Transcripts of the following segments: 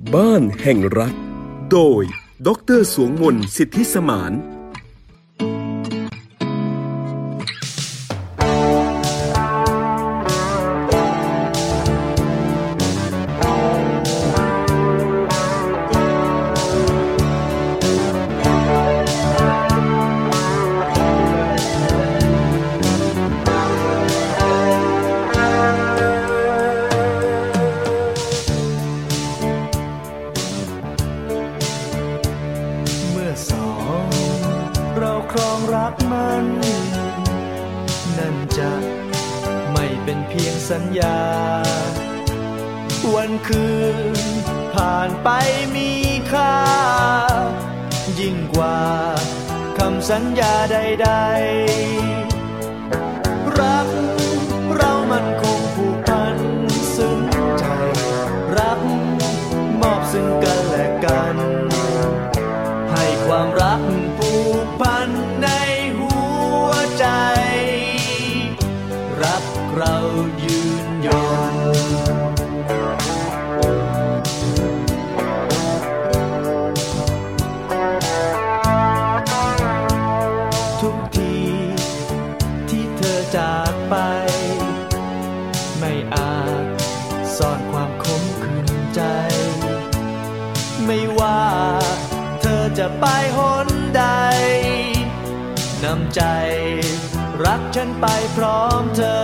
บ้านแห่งรักโดยดร.สวงมนต์สิทธิสมานสัญญาวันคืนผ่านไปมีค่ายิ่งกว่าคำสัญญาใดๆรักเรามันคงผูกพันซึ้งใจรักมอบซึ่งกันและกันให้ความรักผูกพันในหัวใจรักเรายืนยงทุกทีที่เธอจากไปไม่อาจซ่อนความขมขื่นใจไม่ว่าเธอจะไปหนใดนำใจรักฉันไปพร้อมเธอ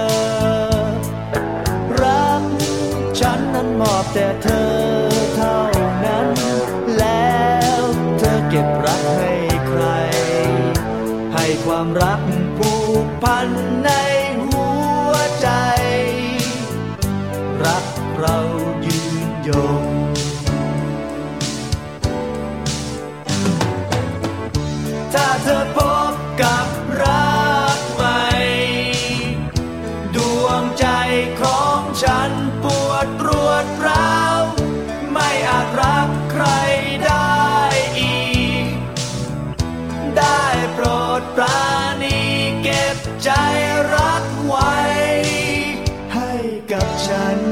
รักฉันนั้นมอบแต่เธอเท่านั้นแล้วเธอเก็บรักให้ใครให้ความรักผูกพันในหัวใจรักเรายืนยงถ้าเธอพบกับรักใหม่ดวงใจของฉันปวดรวดร้าวไม่อาจรักใครได้อีกได้โปรดปราณีเก็บใจรักไว้ให้กับฉัน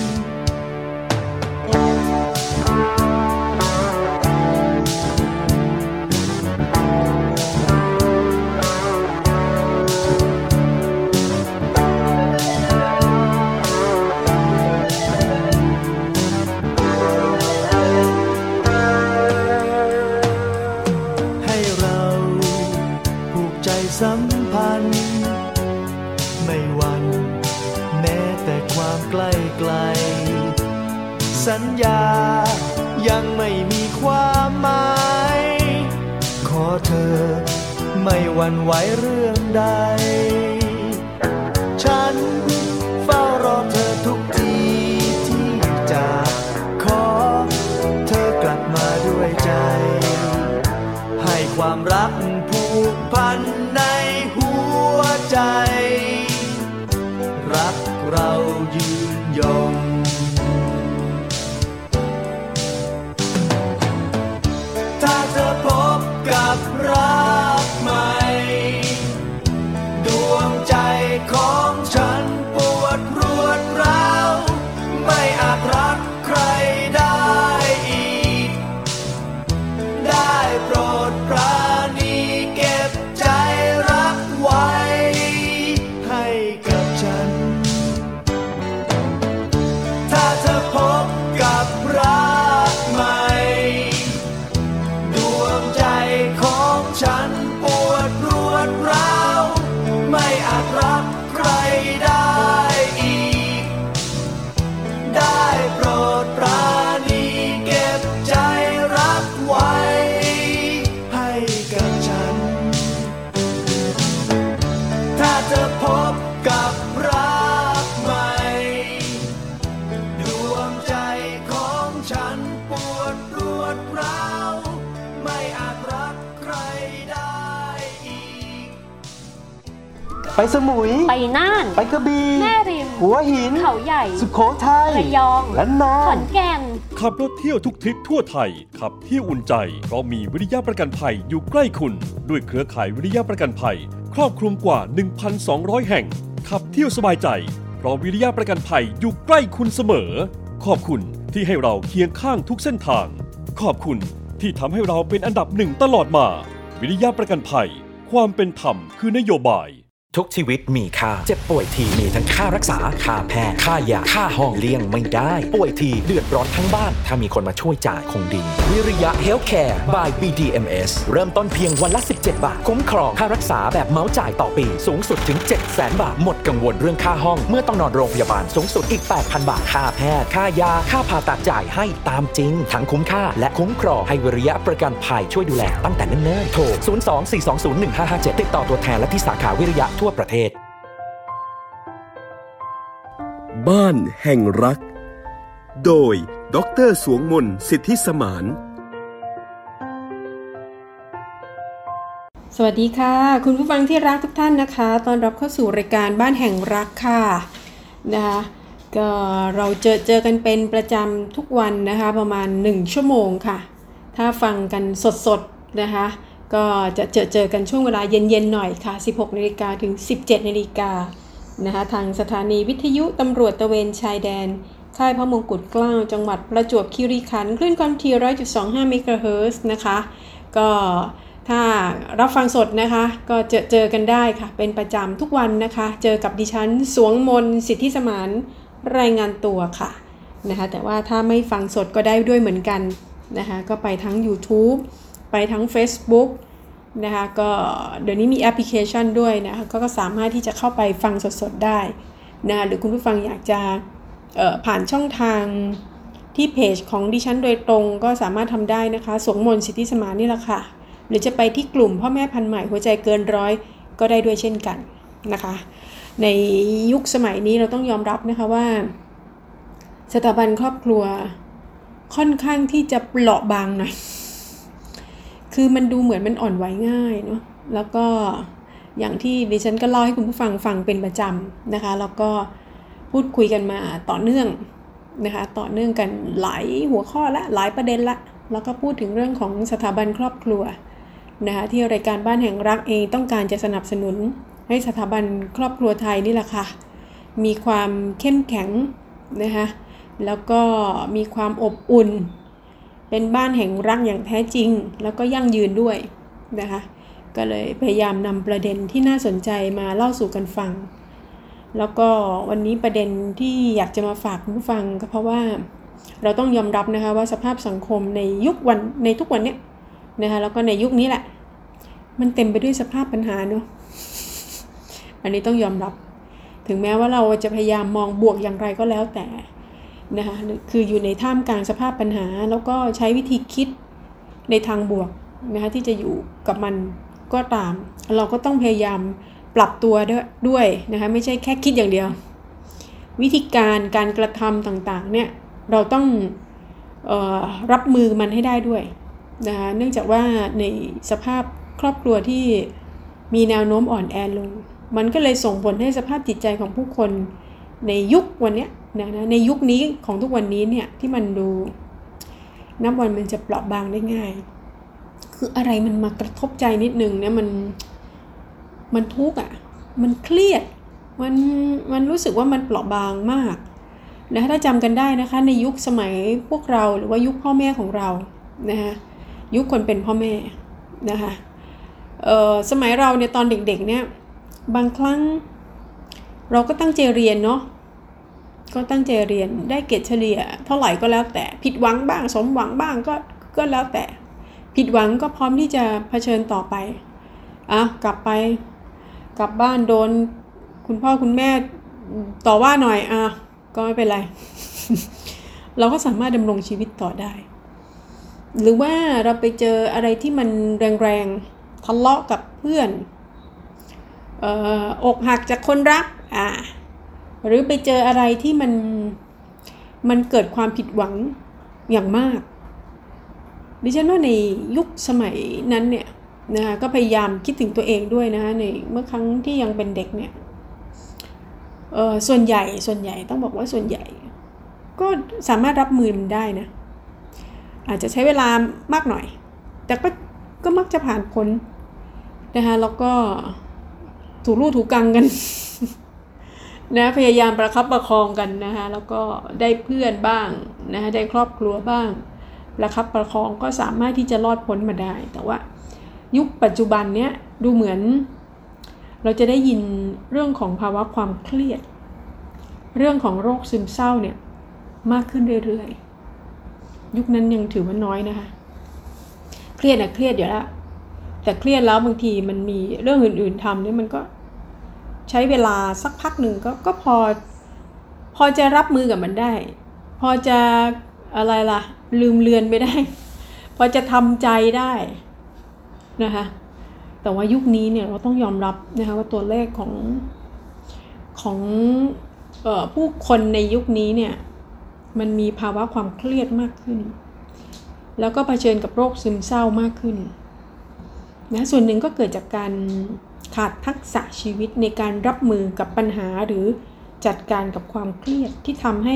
สัมพันธ์ไม่หวั่นแม้แต่ความใกล้ไกลสัญญายังไม่มีความหมายขอเธอไม่หวั่นไหวเรื่องใดฉันเฝ้ารอเธอทุกทีที่จากขอเธอกลับมาด้วยใจให้ความรักผูกพันในหัวใจรักเรายืนยงถ้าเธอพบกับรักใหม่ดวงใจของฉันปวดรวดร้าวไม่อาจรักใครได้อีกได้โปรดปราณีเก็บใจรักไว้ให้กับฉันถ้าเธอพบกับรักใหม่ดวงใจของฉันปวดรวดร้าวไม่อาจรักใครได้อีกได้โปรดปราณีเก็บใจรักไว้ให้กับฉันถ้าเธอพบกับรักใหม่ดวงใจของฉันปวดรวดร้าวไม่อาจรักใครได้อีกไปสมุยไปน่านไปกระบี่แม่ริมหัวหินเขาใหญ่สุโขทัยระยองและนองขอนแก่นขับรถเที่ยวทุกทริปทั่วไทยขับเที่ยวอุ่นใจเพราะมีวิริยะประกันภัยอยู่ใกล้คุณด้วยเครือข่ายวิริยะประกันภัยครอบคลุมกว่า 1,200 แห่งขับเที่ยวสบายใจเพราะวิริยะประกันภัยอยู่ใกล้คุณเสมอขอบคุณที่ให้เราเคียงข้างทุกเส้นทางขอบคุณที่ทำให้เราเป็นอันดับหนึ่งตลอดมาวิริยะประกันภัยความเป็นธรรมคือนโยบายทุกชีวิตมีค่าเจ็บป่วยทีมีทั้งค่ารักษาค่าแพทย์ค่ายาค่าห้องเลี้ยงไม่ได้ป่วยทีเดือดร้อนทั้งบ้านถ้ามีคนมาช่วยจ่ายคงดีวิริยะ Healthcare by BDMS เริ่มต้นเพียงวันละ17 บาทคุ้มครองค่ารักษาแบบเมาส์จ่ายต่อปีสูงสุดถึง 700,000 บาทหมดกังวลเรื่องค่าห้องเมื่อต้องนอนโรงพยาบาลสูงสุดอีก 8,000 บาทค่าแพทย์ค่ายาค่าผ่าตัดจ่ายให้ตามจริงทั้งคุ้มค่าและคุ้มครองให้วิริยะประกันภัยช่วยดูแลตั้งแต่เนิ่นๆโทร 02-420-1557 ติดต่อตัวแทนและที่สาขาวิริยะทั่วประเทศบ้านแห่งรักโดยดร.สวงมนต์สิทธิสมานสวัสดีค่ะคุณผู้ฟังที่รักทุกท่านนะคะต้อนรับเข้าสู่รายการบ้านแห่งรักค่ะนะคะก็เราเจอกันเป็นประจำทุกวันนะคะประมาณ1ชั่วโมงค่ะถ้าฟังกันสดๆนะคะก็จะเจอกันช่วงเวลาเย็นๆหน่อยค่ะ 16 นาฬิกาถึง 17 นาฬิกานะคะทางสถานีวิทยุตำรวจตระเวนชายแดนค่ายพระมงกุฎเกล้าจังหวัดประจวบคีรีขันธ์คลื่นความถี่ 100.25 เมกะเฮิรตซ์นะคะก็ถ้ารับฟังสดนะคะก็เจอกันได้ค่ะเป็นประจำทุกวันนะคะเจอกับดิฉันสวงมนต์สิทธิสมานรายงานตัวค่ะนะคะแต่ว่าถ้าไม่ฟังสดก็ได้ด้วยเหมือนกันนะคะก็ไปทั้ง YouTube ไปทั้ง Facebook นะคะก็เดี๋ยวนี้มีแอปพลิเคชันด้วยนะคะก็สามารถที่จะเข้าไปฟังสดๆได้นะหรือคุณผู้ฟังอยากจะผ่านช่องทางที่เพจของดิฉันโดยตรงก็สามารถทำได้นะคะสวงมนต์สิทธิสมานนี่แหละค่ะหรือจะไปที่กลุ่มพ่อแม่พันธุ์ใหม่หัวใจเกินร้อยก็ได้ด้วยเช่นกันนะคะในยุคสมัยนี้เราต้องยอมรับนะคะว่าสถาบันครอบครัวค่อนข้างที่จะเปราะบางหน่อยคือมันดูเหมือนมันอ่อนไหวง่ายเนาะแล้วก็อย่างที่ดิฉันก็เล่าให้คุณผู้ฟังฟังเป็นประจำนะคะแล้วก็พูดคุยกันมาต่อเนื่องนะคะต่อเนื่องกันหลายหัวข้อและหลายประเด็นละแล้วก็พูดถึงเรื่องของสถาบันครอบครัวนะคะที่รายการบ้านแห่งรักเองต้องการจะสนับสนุนให้สถาบันครอบครัวไทยนี่แหละค่ะมีความเข้มแข็งนะคะแล้วก็มีความอบอุ่นเป็นบ้านแห่งรักอย่างแท้จริงแล้วก็ยั่งยืนด้วยนะคะก็เลยพยายามนำประเด็นที่น่าสนใจมาเล่าสู่กันฟังแล้วก็วันนี้ประเด็นที่อยากจะมาฝากคุณผู้ฟังก็เพราะว่าเราต้องยอมรับนะคะว่าสภาพสังคมในทุกวันนี้นะคะแล้วก็ในยุคนี้แหละมันเต็มไปด้วยสภาพปัญหาเนาะอันนี้ต้องยอมรับถึงแม้ว่าเราจะพยายามมองบวกอย่างไรก็แล้วแต่นะคะคืออยู่ในท่ามกลางสภาพปัญหาแล้วก็ใช้วิธีคิดในทางบวกนะคะที่จะอยู่กับมันก็ตามเราก็ต้องพยายามปรับตัวด้วยนะคะไม่ใช่แค่คิดอย่างเดียววิธีการกระทำต่างๆเนี่ยเราต้องรับมือมันให้ได้ด้วยนะคะเนื่องจากว่าในสภาพครอบครัวที่มีแนวโน้มอ่อนแอลงมันก็เลยส่งผลให้สภาพจิตใจของผู้คนในยุควันนี้นะในยุคนี้ของทุกวันนี้เนี่ยที่มันดูนับวันมันจะเปราะบางได้ง่ายคืออะไรมันมากระทบใจนิดนึงเนี่ยมันทุกข์อ่ะมันเครียดมันรู้สึกว่ามันเปราะบางมากนะถ้าจำกันได้นะคะในยุคสมัยพวกเราหรือว่ายุคพ่อแม่ของเรานะคะยุคคนเป็นพ่อแม่นะคะสมัยเราเนี่ยตอนเด็กๆเนี่ยบางครั้งเราก็ตั้งใจเรียนเนาะก็ตั้งใจเรียนได้เกรดเฉลี่ยเท่าไหร่ก็แล้วแต่ผิดหวังบ้างสมหวังบ้างก็แล้วแต่ผิดหวังก็พร้อมที่จะเผชิญต่อไปกลับบ้านโดนคุณพ่อคุณแม่ต่อว่าหน่อยก็ไม่เป็นไร เราก็สามารถดำรงชีวิตต่อได้หรือว่าเราไปเจออะไรที่มันแรงๆทะเลาะกับเพื่อนอกหักจากคนรักหรือไปเจออะไรที่มันเกิดความผิดหวังอย่างมากดิฉันว่าในยุคสมัยนั้นเนี่ยนะคะก็พยายามคิดถึงตัวเองด้วยนะคะในเมื่อครั้งที่ยังเป็นเด็กเนี่ยส่วนใหญ่ต้องบอกว่าส่วนใหญ่ก็สามารถรับมือมันได้นะอาจจะใช้เวลามากหน่อยแต่ก็มักจะผ่านพ้นนะคะแล้วก็ถูกลู่ถูกกังกันนะพยายามประคับประคองกันนะคะแล้วก็ได้เพื่อนบ้างนะคะได้ครอบครัวบ้างประคับประคองก็สามารถที่จะรอดพ้นมาได้แต่ว่ายุคปัจจุบันเนี้ยดูเหมือนเราจะได้ยินเรื่องของภาวะความเครียดเรื่องของโรคซึมเศร้าเนี่ยมากขึ้นเรื่อยๆยุคนั้นยังถือว่าน้อยนะคะเครียดนะเครียดอยู่แล้วแต่เครียดแล้วบางทีมันมีเรื่องอื่นๆทำเนี่ยมันก็ใช้เวลาสักพักหนึ่งก็พอจะรับมือกับมันได้พอจะอะไรล่ะลืมเลือนไปได้พอจะทำใจได้นะคะแต่ว่ายุคนี้เนี่ยเราต้องยอมรับนะคะว่าตัวเลขของผู้คนในยุคนี้เนี่ยมันมีภาวะความเครียดมากขึ้นแล้วก็เผชิญกับโรคซึมเศร้ามากขึ้นนะส่วนหนึ่งก็เกิดจากการขาดทักษะชีวิตในการรับมือกับปัญหาหรือจัดการกับความเครียดที่ทำ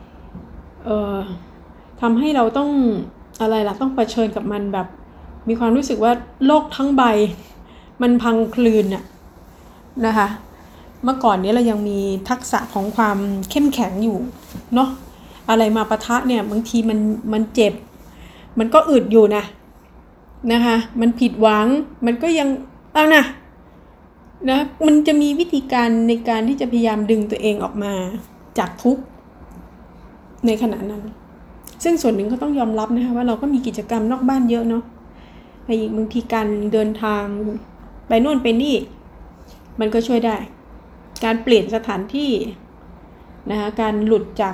ให้เราต้องอะไรล่ะต้องเผชิญกับมันแบบมีความรู้สึกว่าโลกทั้งใบมันพังคลืนน่ะนะคะเมื่อก่อนนี้เรายังมีทักษะของความเข้มแข็งอยู่เนาะอะไรมาปะทะเนี่ยบางทีมันเจ็บมันก็อึดอยู่นะคะมันผิดหวังมันก็ยังเอานะมันจะมีวิธีการในการที่จะพยายามดึงตัวเองออกมาจากทุกข์ในขณะนั้นซึ่งส่วนหนึ่งก็ต้องยอมรับนะคะว่าเราก็มีกิจกรรมนอกบ้านเยอะเนาะไปอีกบางทีการเดินทางไปโน่นไปนี่มันก็ช่วยได้การเปลี่ยนสถานที่นะคะการหลุดจาก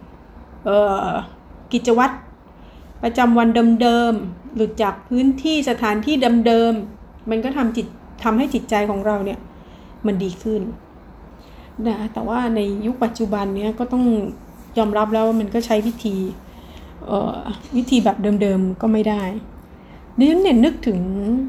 กิจวัตรประจำวันเดิมๆหลุดจากพื้นที่สถานที่เดิมๆมันก็ทำให้จิตใจของเราเนี่ยมันดีขึ้นนะแต่ว่าในยุคปัจจุบันเนี้ยก็ต้องยอมรับแล้วว่ามันก็ใช้วิธีแบบเดิมๆก็ไม่ได้ดิฉันเนี่ยนึกถึง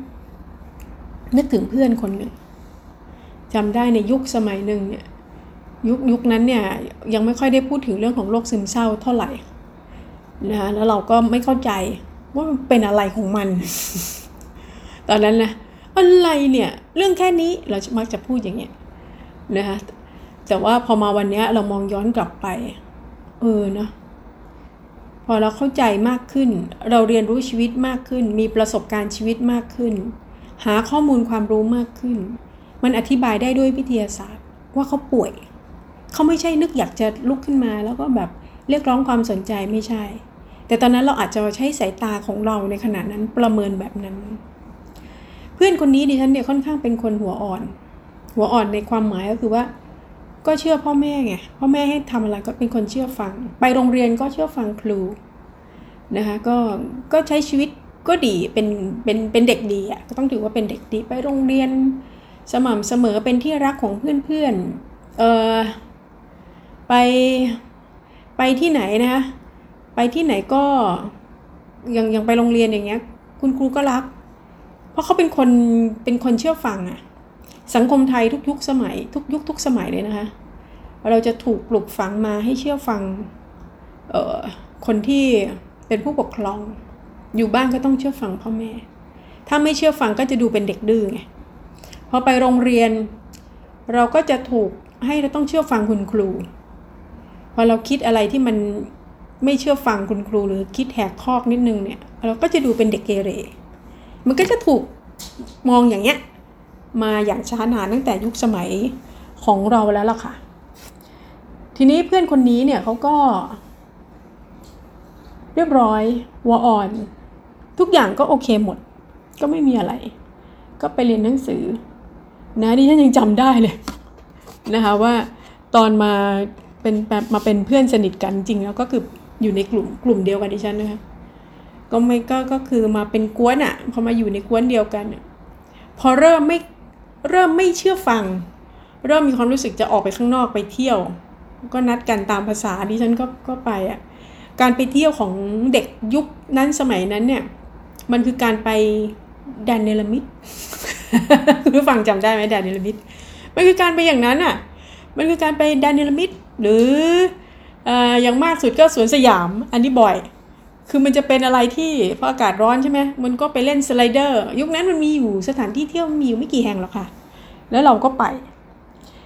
เพื่อนคนหนึ่งจำได้ในยุคสมัยหนึ่งเนี่ยยุคนั้นเนี่ยยังไม่ค่อยได้พูดถึงเรื่องของโรคซึมเศร้าเท่าไหร่นะแล้วเราก็ไม่เข้าใจว่ามันเป็นอะไรของมัน ตอนนั้นนะอะไรเนี่ยเรื่องแค่นี้เรามักจะพูดอย่างเงี้ยนะคะแต่ว่าพอมาวันนี้เรามองย้อนกลับไปนะพอเราเข้าใจมากขึ้นเราเรียนรู้ชีวิตมากขึ้นมีประสบการณ์ชีวิตมากขึ้นหาข้อมูลความรู้มากขึ้นมันอธิบายได้ด้วยวิทยาศาสตร์ว่าเขาป่วยเขาไม่ใช่นึกอยากจะลุกขึ้นมาแล้วก็แบบเรียกร้องความสนใจไม่ใช่แต่ตอนนั้นเราอาจจะใช้สายตาของเราในขณะนั้นประเมินแบบนั้นเพื่อนคนนี้ดิฉันเนี่ยค่อนข้างเป็นคนหัวอ่อนในความหมายก็คือว่าก็เชื่อพ่อแม่ไงพ่อแม่ให้ทำอะไรก็เป็นคนเชื่อฟังไปโรงเรียนก็เชื่อฟังครูนะคะก็ใช้ชีวิตก็ดีเป็นเด็กดีอ่ะก็ต้องถือว่าเป็นเด็กดีไปโรงเรียนสม่ำเสมอเป็นที่รักของเพื่อนไปที่ไหนนะคะไปที่ไหนก็ยังไปโรงเรียนอย่างเงี้ยคุณครูก็รักเพราะเขาเป็นคนเชื่อฟังอ่ะสังคมไทยทุกยุคสมัยทุกยุคทุกสมัยเลยนะคะเราจะถูกปลูกฝังมาให้เชื่อฟังคนที่เป็นผู้ปกครองอยู่บ้านก็ต้องเชื่อฟังพ่อแม่ถ้าไม่เชื่อฟังก็จะดูเป็นเด็กดื้อไงพอไปโรงเรียนเราก็จะถูกให้เราต้องเชื่อฟังคุณครูพอเราคิดอะไรที่มันไม่เชื่อฟังคุณครูหรือคิดแหกคอกนิดนึงเนี่ยเราก็จะดูเป็นเด็กเกเรมันก็จะถูกมองอย่างเงี้ยมาอย่างช้านานตั้งแต่ยุคสมัยของเราแล้วล่ะค่ะทีนี้เพื่อนคนนี้เนี่ยเขาก็เรียบร้อยหัวอ่อนทุกอย่างก็โอเคหมดก็ไม่มีอะไรก็ไปเรียนหนังสือนะดิฉันยังจำได้เลยนะคะว่าตอนมาเป็นเพื่อนสนิทกันจริงแล้วก็คืออยู่ในกลุ่มเดียวกันดิฉันนะคะก็คือมาเป็นกวนอ่ะพอมาอยู่ในกวนเดียวกันพอเริ่มไม่เชื่อฟังเริ่มมีความรู้สึกจะออกไปข้างนอกไปเที่ยวก็นัดกันตามภาษาดิฉันก็ไปอ่ะการไปเที่ยวของเด็กยุคนั้นสมัยนั้นเนี่ยมันคือการไปแดนเนลมิด คุณผู้ฟังจำได้ไหมแดนเนลมิดมันคือการไปอย่างนั้นอ่ะมันคือการไปแดนเนลมิดหรืออย่างมากสุดก็สวนสยามอันนี้บ่อยคือมันจะเป็นอะไรที่พออากาศร้อนใช่ไหมมันก็ไปเล่นสไลเดอร์ยุคนั้นมันมีอยู่สถานที่เที่ยวมีอยู่ไม่กี่แห่งหรอกค่ะแล้วเราก็ไป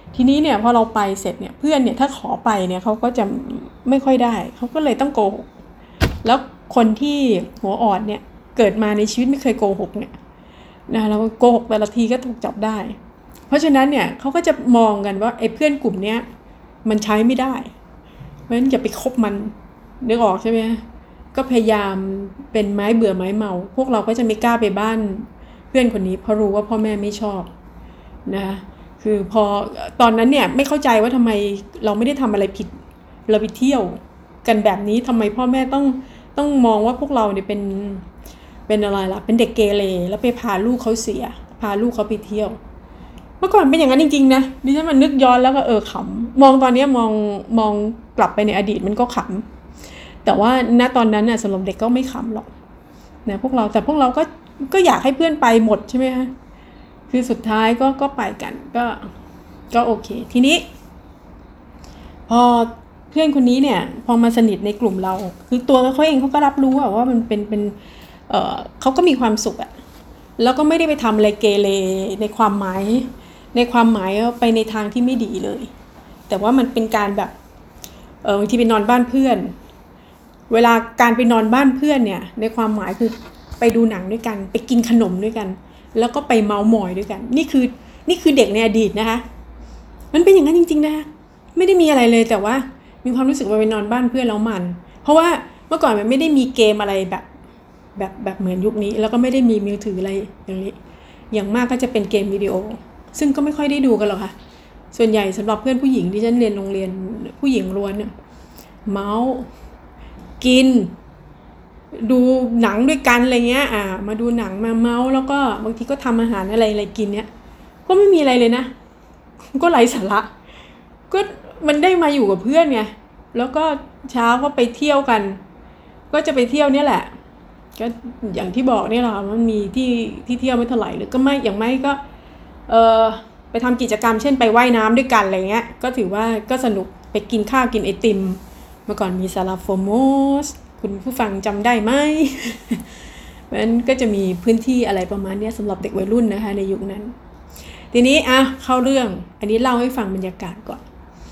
ทีนี้เนี่ยพอเราไปเสร็จเนี่ยเพื่อนเนี่ยถ้าขอไปเนี่ยเขาก็จะไม่ค่อยได้เขาก็เลยต้องโกหกแล้วคนที่หัวอ่อนเนี่ยเกิดมาในชีวิตไม่เคยโกหกเนี่ยนะเราโกหกแต่ละทีก็ถูกจับได้เพราะฉะนั้นเนี่ยเขาก็จะมองกันว่าไอ้เพื่อนกลุ่มเนี้ยมันใช้ไม่ได้เพราะฉะนั้นอย่าไปคบมันนึกออกใช่ไหมก็พยายามเป็นไม้เบื่อไม้เมาพวกเราก็จะไม่กล้าไปบ้านเพื่อนคนนี้เพราะรู้ว่าพ่อแม่ไม่ชอบนะคือพอตอนนั้นเนี่ยไม่เข้าใจว่าทำไมเราไม่ได้ทำอะไรผิดเราไปเที่ยวกันแบบนี้ทำไมพ่อแม่ต้องมองว่าพวกเราเนี่ยเป็นอะไรล่ะเป็นเด็กเกเรแล้วไปพาลูกเขาเสียพาลูกเขาไปเที่ยวเมื่อก่อนเป็นอย่างนั้นจริงๆนะดิฉันมันนึกย้อนแล้วก็ขำมองตอนนี้มองกลับไปในอดีตมันก็ขำแต่ว่าณตอนนั้นน่ะสำหรับเด็กก็ไม่ขำหรอกนะพวกเราก็อยากให้เพื่อนไปหมดใช่ไหมคะคือสุดท้ายก็ไปกันก็โอเคทีนี้พอเพื่อนคนนี้เนี่ยพอมาสนิทในกลุ่มเราคือตัวเขาเองเขาก็รับรู้ว่ามันเป็นเขาก็มีความสุขอะแล้วก็ไม่ได้ไปทำอะไรเกเรในความหมายไปในทางที่ไม่ดีเลยแต่ว่ามันเป็นการแบบบางทีไปนอนบ้านเพื่อนเวลาการไปนอนบ้านเพื่อนเนี่ยในความหมายคือไปดูหนังด้วยกันไปกินขนมด้วยกันแล้วก็ไปเมาท์มอยด้วยกันนี่คือเด็กในอดีตนะคะมันเป็นอย่างนั้นจริงๆนะคะไม่ได้มีอะไรเลยแต่ว่ามีความรู้สึกว่าไปนอนบ้านเพื่อนแล้วมันเพราะว่าเมื่อก่อนมันไม่ได้มีเกมอะไรแบบเหมือนยุคนี้แล้วก็ไม่ได้มีมือถืออะไรอย่างนี้อย่างมากก็จะเป็นเกมวิดีโอซึ่งก็ไม่ค่อยได้ดูกันหรอกค่ะส่วนใหญ่สำหรับเพื่อนผู้หญิงที่ฉันเรียนโรงเรียนผู้หญิงล้วนเนี่ยเมาส์กินดูหนังด้วยกันอะไรเงี้ยมาดูหนังมาเมาส์แล้วก็บางทีก็ทำอาหารอะไรกินเนี้ยก็ไม่มีอะไรเลยนะก็ไร้สาระก็มันได้มาอยู่กับเพื่อนไงแล้วก็เช้าก็ไปเที่ยวกันก็จะไปเที่ยวเนี่ยแหละก็อย่างที่บอกเนี่ยแหละมันมีที่เที่ยวไม่เท่าไหร่หรือก็ไม่อย่างไม่ก็ไปทำกิจกรรมเช่นไปว่ายน้ำด้วยกันอะไรเงี้ยก็ถือว่าก็สนุกไปกินข้าวกินไอติมเมื่อก่อนมีซาลาโฟโมสคุณผู้ฟังจำได้ไหม มันก็จะมีพื้นที่อะไรประมาณนี้สำหรับเด็กวัยรุ่นนะคะในยุคนั้นทีนี้เข้าเรื่องอันนี้เล่าให้ฟังบรรยากาศก่อน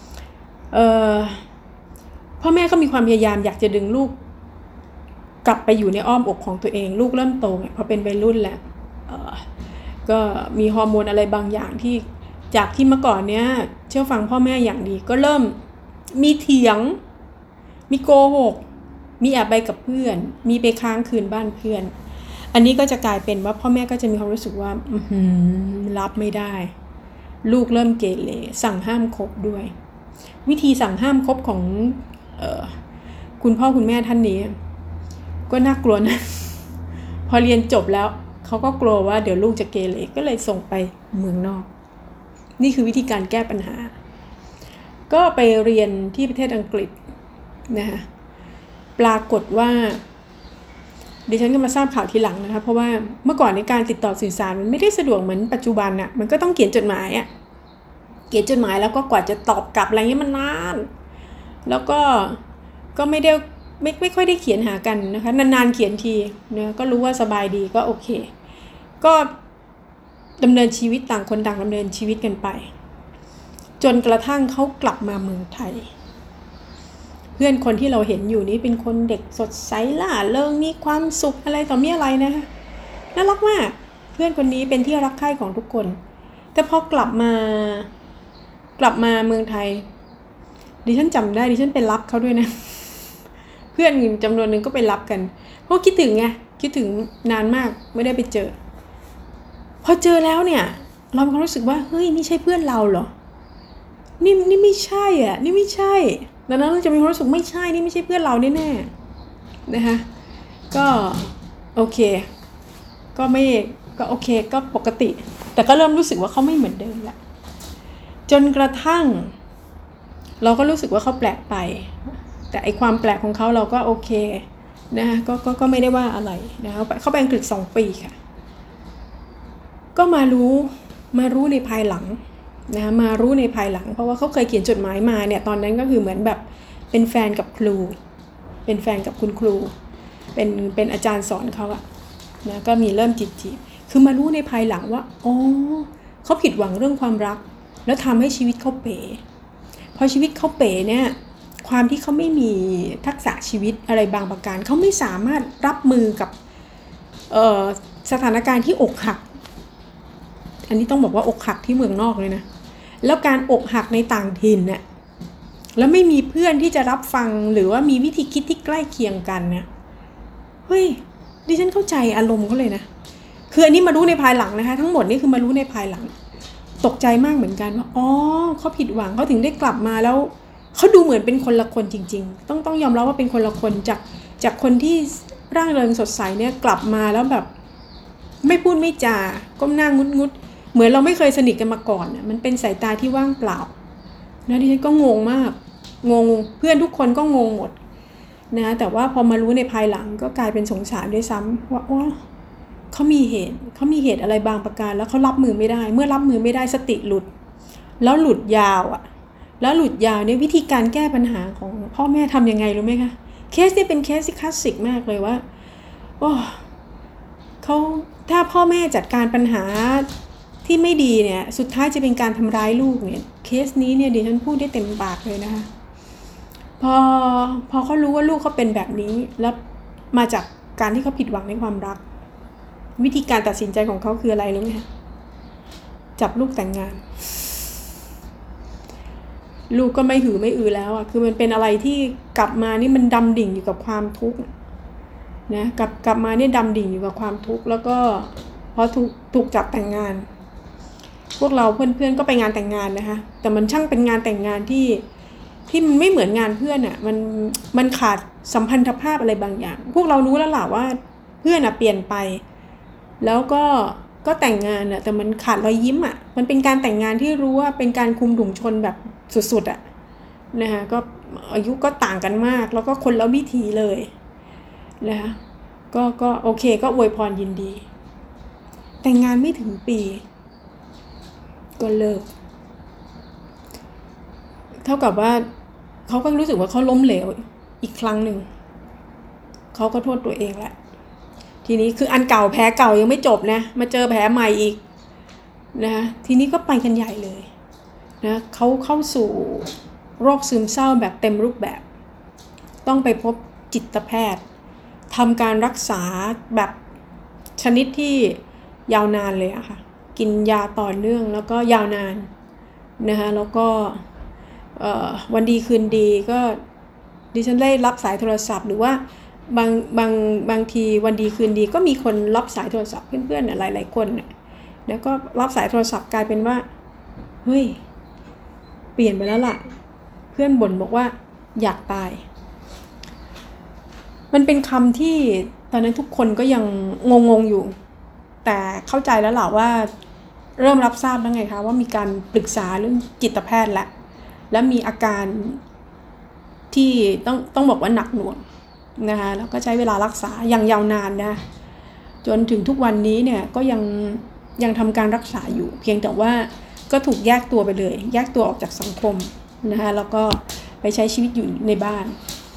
พ่อแม่ก็มีความพยายามอยากจะดึงลูกกลับไปอยู่ในอ้อมอกของตัวเองลูกเริ่มโตไงพอเป็นวัยรุ่นแล้วก็มีฮอร์โมนอะไรบางอย่างที่จากที่เมื่อก่อนเนี้ยเชื่อฟังพ่อแม่อย่างดีก็เริ่มมีเถียงมีโกหกมีแอบไปกับเพื่อนมีไปค้างคืนบ้านเพื่อนอันนี้ก็จะกลายเป็นว่าพ่อแม่ก็จะมีความรู้สึกว่ารับไม่ได้ลูกเริ่มเกเรสั่งห้ามคบด้วยวิธีสั่งห้ามคบของคุณพ่อคุณแม่ท่านนี้ก็น่ากลัวนะพอเรียนจบแล้วเขาก็กลัวว่าเดี๋ยวลูกจะเกเรก็เลยส่งไปเมืองนอกนี่คือวิธีการแก้ปัญหาก็ไปเรียนที่ประเทศอังกฤษนะคะปรากฏว่าดิฉันก็มาทราบข่าวทีหลังนะคะเพราะว่าเมื่อก่อนในการติดต่อสื่อสารมันไม่ได้สะดวกเหมือนปัจจุบันน่ะมันก็ต้องเขียนจดหมายเขียนจดหมายแล้วก็กว่าจะตอบกลับอะไรเงี้ยมันนานแล้วก็ไม่ค่อยได้เขียนหากันนะคะนานๆเขียนทีเนี่ยก็รู้ว่าสบายดีก็โอเคก็ดำเนินชีวิตต่างคนต่างดำเนินชีวิตกันไปจนกระทั่งเขากลับมาเมืองไทยเพื่อนคนที่เราเห็นอยู่นี้เป็นคนเด็กสดใสล่าเริงมีความสุขอะไรต่อมีอะไรนะคะน่ารักมากเพื่อนคนนี้เป็นที่รักใคร่ของทุกคนแต่พอกลับมาเมืองไทยดิฉันจำได้ดิฉันไปรับเขาด้วยนะเพื่อนจำนวนนึงก็ไปรับกันเพราะคิดถึงไงคิดถึงนานมากไม่ได้ไปเจอพอเจอแล้วเนี่ยเรามีความรู้สึกว่าเฮ้ยนี่ใช่เพื่อนเราเหรอนี่ไม่ใช่นี่ไม่ใช่ดังนั้นเราจะมีความรู้สึกไม่ใช่นี่ไม่ใช่เพื่อนเราแน่ๆนะคะก็โอเคก็โอเคก็ปกติแต่ก็เริ่มรู้สึกว่าเขาไม่เหมือนเดิมละจนกระทั่งเราก็รู้สึกว่าเขาแปลกไปแต่ไอความแปลกของเขาเราก็โอเคนะคะก็ไม่ได้ว่าอะไรนะคะเขาไปอังกฤษ2 ปีค่ะก็มารู้ในภายหลังนะคะมารู้ในภายหลังเพราะว่าเขาเคยเขียนจดหมายมาเนี่ยตอนนั้นก็คือเหมือนแบบเป็นแฟนกับครูเป็นแฟนกับคุณครูเป็นอาจารย์สอนเขานะก็มีเริ่มจีบคือมารู้ในภายหลังว่าอ๋อเขาผิดหวังเรื่องความรักแล้วทำให้ชีวิตเขาเป๋พอชีวิตเขาเป๋เนี่ยความที่เขาไม่มีทักษะชีวิตอะไรบางประการเขาไม่สามารถรับมือกับสถานการณ์ที่อกหักอันนี้ต้องบอกว่าอกหักที่เมืองนอกเลยนะแล้วการอกหักในต่างถิ่นเนี่ยแล้วไม่มีเพื่อนที่จะรับฟังหรือว่ามีวิธีคิดที่ใกล้เคียงกันเนี่ยเฮ้ยดิฉันเข้าใจอารมณ์เขาเลยนะคืออันนี้มารู้ในภายหลังนะคะทั้งหมดนี่คือมารู้ในภายหลังตกใจมากเหมือนกันว่าอ๋อเขาผิดหวังเขาถึงได้กลับมาแล้วเขาดูเหมือนเป็นคนละคนจริงๆต้องยอมรับว่าเป็นคนละคนจากคนที่ร่าเริงสดใสเนี่ยกลับมาแล้วแบบไม่พูดไม่จาก้มหน้างุดเหมือนเราไม่เคยสนิทกันมาก่อนน่ะมันเป็นสายตาที่ว่างเปล่านะดิฉันก็งงมากงงเพื่อนทุกคนก็งงหมดนะแต่ว่าพอมารู้ในภายหลังก็กลายเป็นสงสารด้วยซ้ำว่าอ๋อเขามีเหตุอะไรบางประการแล้วเขารับมือไม่ได้เมื่อรับมือไม่ได้สติหลุดแล้วหลุดยาวอ่ะแล้วหลุดยาวเนี่ยวิธีการแก้ปัญหาของพ่อแม่ทำยังไงรู้ไหมคะเคสนี้เป็นเคสที่คลาสสิกมากเลยว่าโอ้เขาถ้าพ่อแม่จัดการปัญหาที่ไม่ดีเนี่ยสุดท้ายจะเป็นการทำร้ายลูกเนี่ยเคสนี้เนี่ยดิฉันพูดได้เต็มปากเลยนะคะพอเขารู้ว่าลูกเขาเป็นแบบนี้แล้วมาจากการที่เขาผิดหวังในความรักวิธีการตัดสินใจของเขาคืออะไรรู้ไหมคะจับลูกแต่งงานลูกก็ไม่หือไม่อือแล้วอ่ะคือมันเป็นอะไรที่กลับมานี่มันดำดิ่งอยู่กับความทุกข์นะกลับมาเนี่ยดำดิ่งอยู่กับความทุกข์แล้วก็พอถูกจับแต่งงานพวกเราเพื่อนๆก็ไปงานแต่งงานนะคะแต่มันช่างเป็นงานแต่งงานที่มันไม่เหมือนงานเพื่อนอ่ะมันขาดสัมพันธภาพอะไรบางอย่างพวกเรารู้แล้วล่ะว่าเพื่อนอ่ะเปลี่ยนไปแล้วก็แต่งงานอ่ะแต่มันขาดรอยยิ้มอ่ะมันเป็นการแต่งงานที่รู้ว่าเป็นการคุมถุงชนแบบสุดๆอ่ะนะคะก็อายุก็ต่างกันมากแล้วก็คนละวิธีเลยนะคะก็โอเคก็อวยพรยินดีแต่งงานไม่ถึงปีก็เลิกเท่ากับว่าเขาก็รู้สึกว่าเขาล้มเหลวอีกครั้งหนึ่งเขาก็โทษตัวเองแหละทีนี้คืออันเก่าแผลเก่ายังไม่จบนะมาเจอแผลใหม่อีกนะทีนี้ก็ไปกันใหญ่เลยนะเขาเข้าสู่โรคซึมเศร้าแบบเต็มรูปแบบต้องไปพบจิตแพทย์ทำการรักษาแบบชนิดที่ยาวนานเลยอะค่ะกินยาต่อเนื่องแล้วก็ยาวนานนะคะแล้วก็วันดีคืนดีก็ดิฉันได้รับสายโทรศัพท์หรือว่าบางทีวันดีคืนดีก็มีคนรับสายโทรศัพท์เพื่อนๆหลายๆคนเนี่ยแล้วก็รับสายโทรศัพท์กลายเป็นว่าเฮ้ยเปลี่ยนไปแล้วล่ะเพื่อนบ่นบอกว่าอยากตายมันเป็นคำที่ตอนนั้นทุกคนก็ยังงงอยู่แต่เข้าใจแล้วล่ะว่าเริ่มรับทราบแล้วไงคะว่ามีการปรึกษาเรื่องจิตแพทย์และมีอาการที่ต้องบอกว่าหนักหน่วงนะคะแล้วก็ใช้เวลารักษาอย่างยาวนานนะจนถึงทุกวันนี้เนี่ยก็ยังทำการรักษาอยู่เพียงแต่ว่าก็ถูกแยกตัวไปเลยแยกตัวออกจากสังคมนะคะแล้วก็ไปใช้ชีวิตอยู่ในบ้าน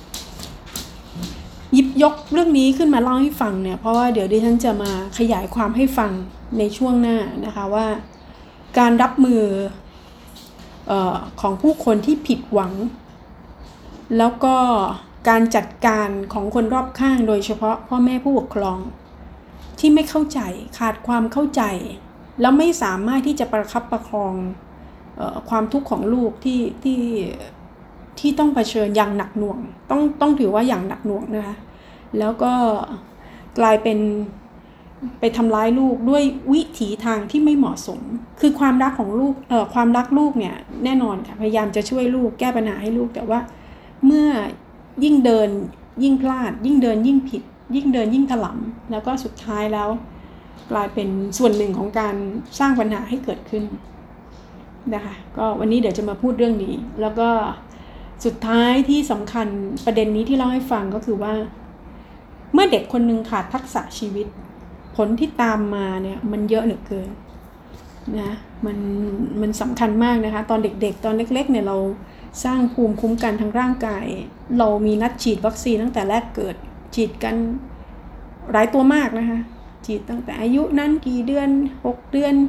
หยิบยกเรื่องนี้ขึ้นมาเล่าให้ฟังเนี่ยเพราะว่าเดี๋ยวดิฉันจะมาขยายความให้ฟังในช่วงหน้านะคะว่าการรับมือของผู้คนที่ผิดหวังแล้วก็การจัดการของคนรอบข้างโดยเฉพาะพ่อแม่ผู้ปกครองที่ไม่เข้าใจขาดความเข้าใจแล้วไม่สามารถที่จะประคับประคองความทุกข์ของลูกที่ต้องเผชิญอย่างหนักหน่วงต้องถือว่าอย่างหนักหน่วงนะคะแล้วก็กลายเป็นไปทำร้ายลูกด้วยวิถีทางที่ไม่เหมาะสมคือความรักของลูกความรักลูกเนี่ยแน่นอนค่ะพยายามจะช่วยลูกแก้ปัญหาให้ลูกแต่ว่าเมื่อยิ่งเดินยิ่งพลาดยิ่งเดินยิ่งผิดยิ่งเดินยิ่งถลำแล้วก็สุดท้ายแล้วกลายเป็นส่วนหนึ่งของการสร้างปัญหาให้เกิดขึ้นนะคะก็วันนี้เดี๋ยวจะมาพูดเรื่องนี้แล้วก็สุดท้ายที่สำคัญประเด็นนี้ที่เล่าให้ฟังก็คือว่าเมื่อเด็กคนนึงขาดทักษะชีวิตผลที่ตามมาเนี่ยมันเยอะเหลือเกินนะมันสำคัญมากนะคะตอนเด็กๆตอนเล็กๆเนี่ยเราสร้างภูมิคุ้มกันทางร่างกายเรามีนัดฉีดวัคซีนตั้งแต่แรกเกิดฉีดกันหลายตัวมากนะคะฉีดตั้งแต่อายุนั้นกี่เดือน6เดือน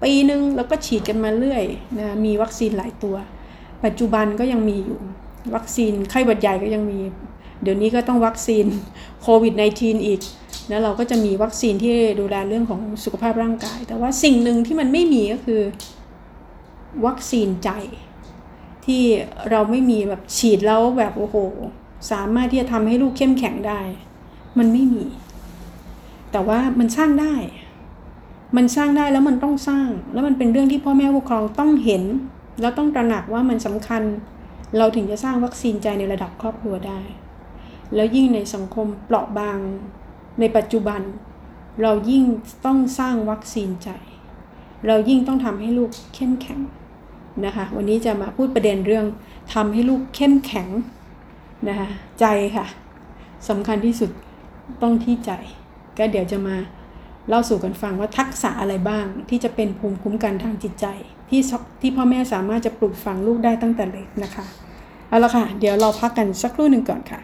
ปีนึงแล้วก็ฉีดกันมาเรื่อยนะมีวัคซีนหลายตัวปัจจุบันก็ยังมีอยู่วัคซีนไข้หวัดใหญ่ก็ยังมีเดี๋ยวนี้ก็ต้องวัคซีนโควิด -19 อีกนะเราก็จะมีวัคซีนที่ดูแลเรื่องของสุขภาพร่างกายแต่ว่าสิ่งหนึ่งที่มันไม่มีก็คือวัคซีนใจที่เราไม่มีแบบฉีดแล้วแบบโอ้โหสามารถที่จะทำให้ลูกเข้มแข็งได้มันไม่มีแต่ว่ามันสร้างได้แล้วมันต้องสร้างแล้วมันเป็นเรื่องที่พ่อแม่ผู้ปกครองต้องเห็นแล้วต้องตระหนักว่ามันสำคัญเราถึงจะสร้างวัคซีนใจในระดับครอบครัวได้แล้วยิ่งในสังคมเปราะบางในปัจจุบันเรายิ่งต้องสร้างวัคซีนใจเรายิ่งต้องทำให้ลูกเข้มแข็งนะคะวันนี้จะมาพูดประเด็นเรื่องทำให้ลูกเข้มแข็งนะคะใจค่ะสำคัญที่สุดต้องที่ใจก็เดี๋ยวจะมาเล่าสู่กันฟังว่าทักษะอะไรบ้างที่จะเป็นภูมิคุ้มกันทางจิตใจที่พ่อแม่สามารถจะปลูกฝังลูกได้ตั้งแต่เล็กนะคะเอาละค่ะเดี๋ยวเราพักกันสักครู่หนึ่งก่อนค่ะ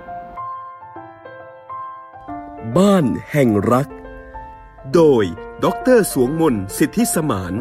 บ้านแห่งรักโดยดร.สวงมนต์สิทธิสมาน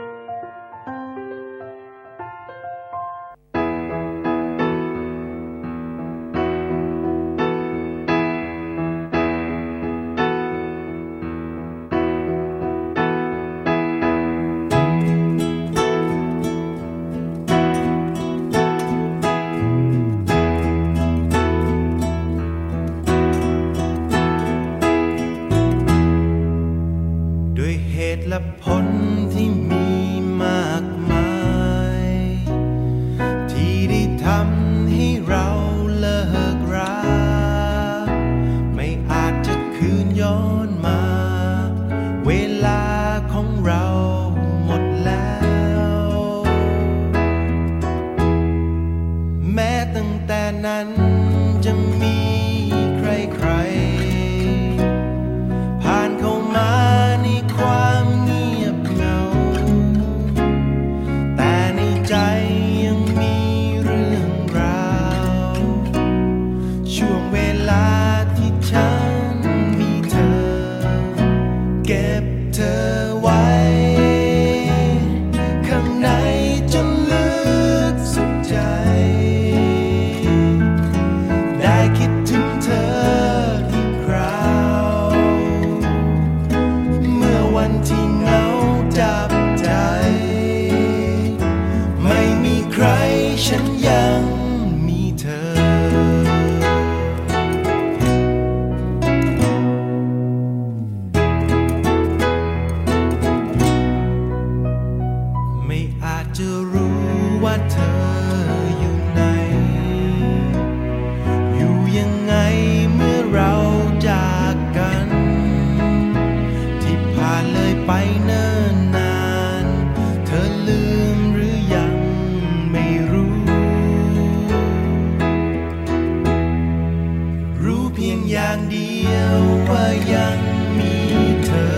ผลที่มีมากมายที่ได้ทำให้เราเลิกรักไม่อาจจะคืนย้อนมาเวลาของเราหมดแล้วแม้ตั้งแต่นั้นจะมีใครๆผ่านเข้ามาในความใจยังมีเรื่องราวช่วงเวลาที่ฉันมีเธอเก็บเธอไว้ข้างในจนลึกสุดใจได้คิดถึงเธออีกคราวเมื่อวันที่เหงาจับใจไม่มีใครฉันยังมีเธอไม่อาจจะรู้ว่าเธออยู่ไหนอยู่ยังไงเมื่อเราจากกันที่ผ่านเลยไปเนิ่นนานเธอลืมหรือยังไม่รู้เพียงอย่างเดียวว่ายังมีเธอ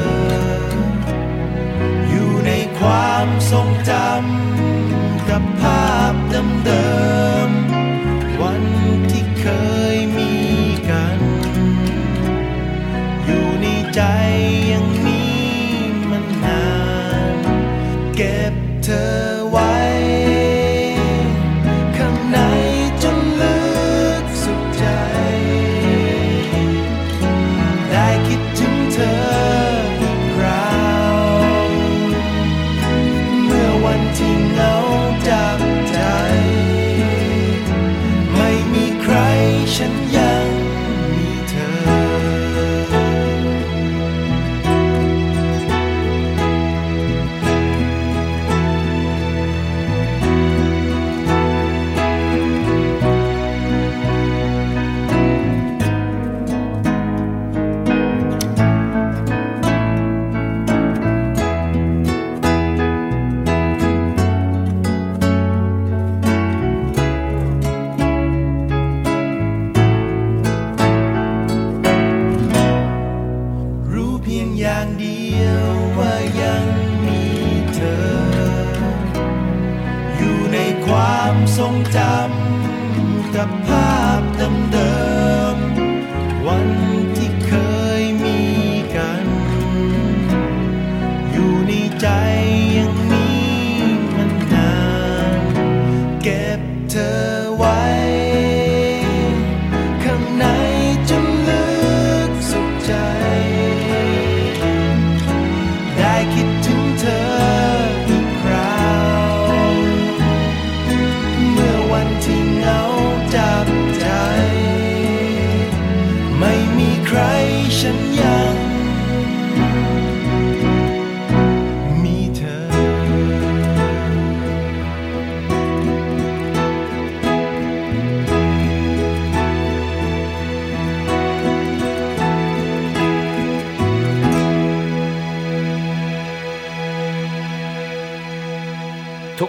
อยู่ในความทรงจำกับภาพเดิมๆวันที่เคยมีกันอยู่ในใจอย่างนี้มันนานเก็บเธอไว้ข้างในจนลึกสุดใจได้คิดถึงเธออีกคราวเมื่อวันที่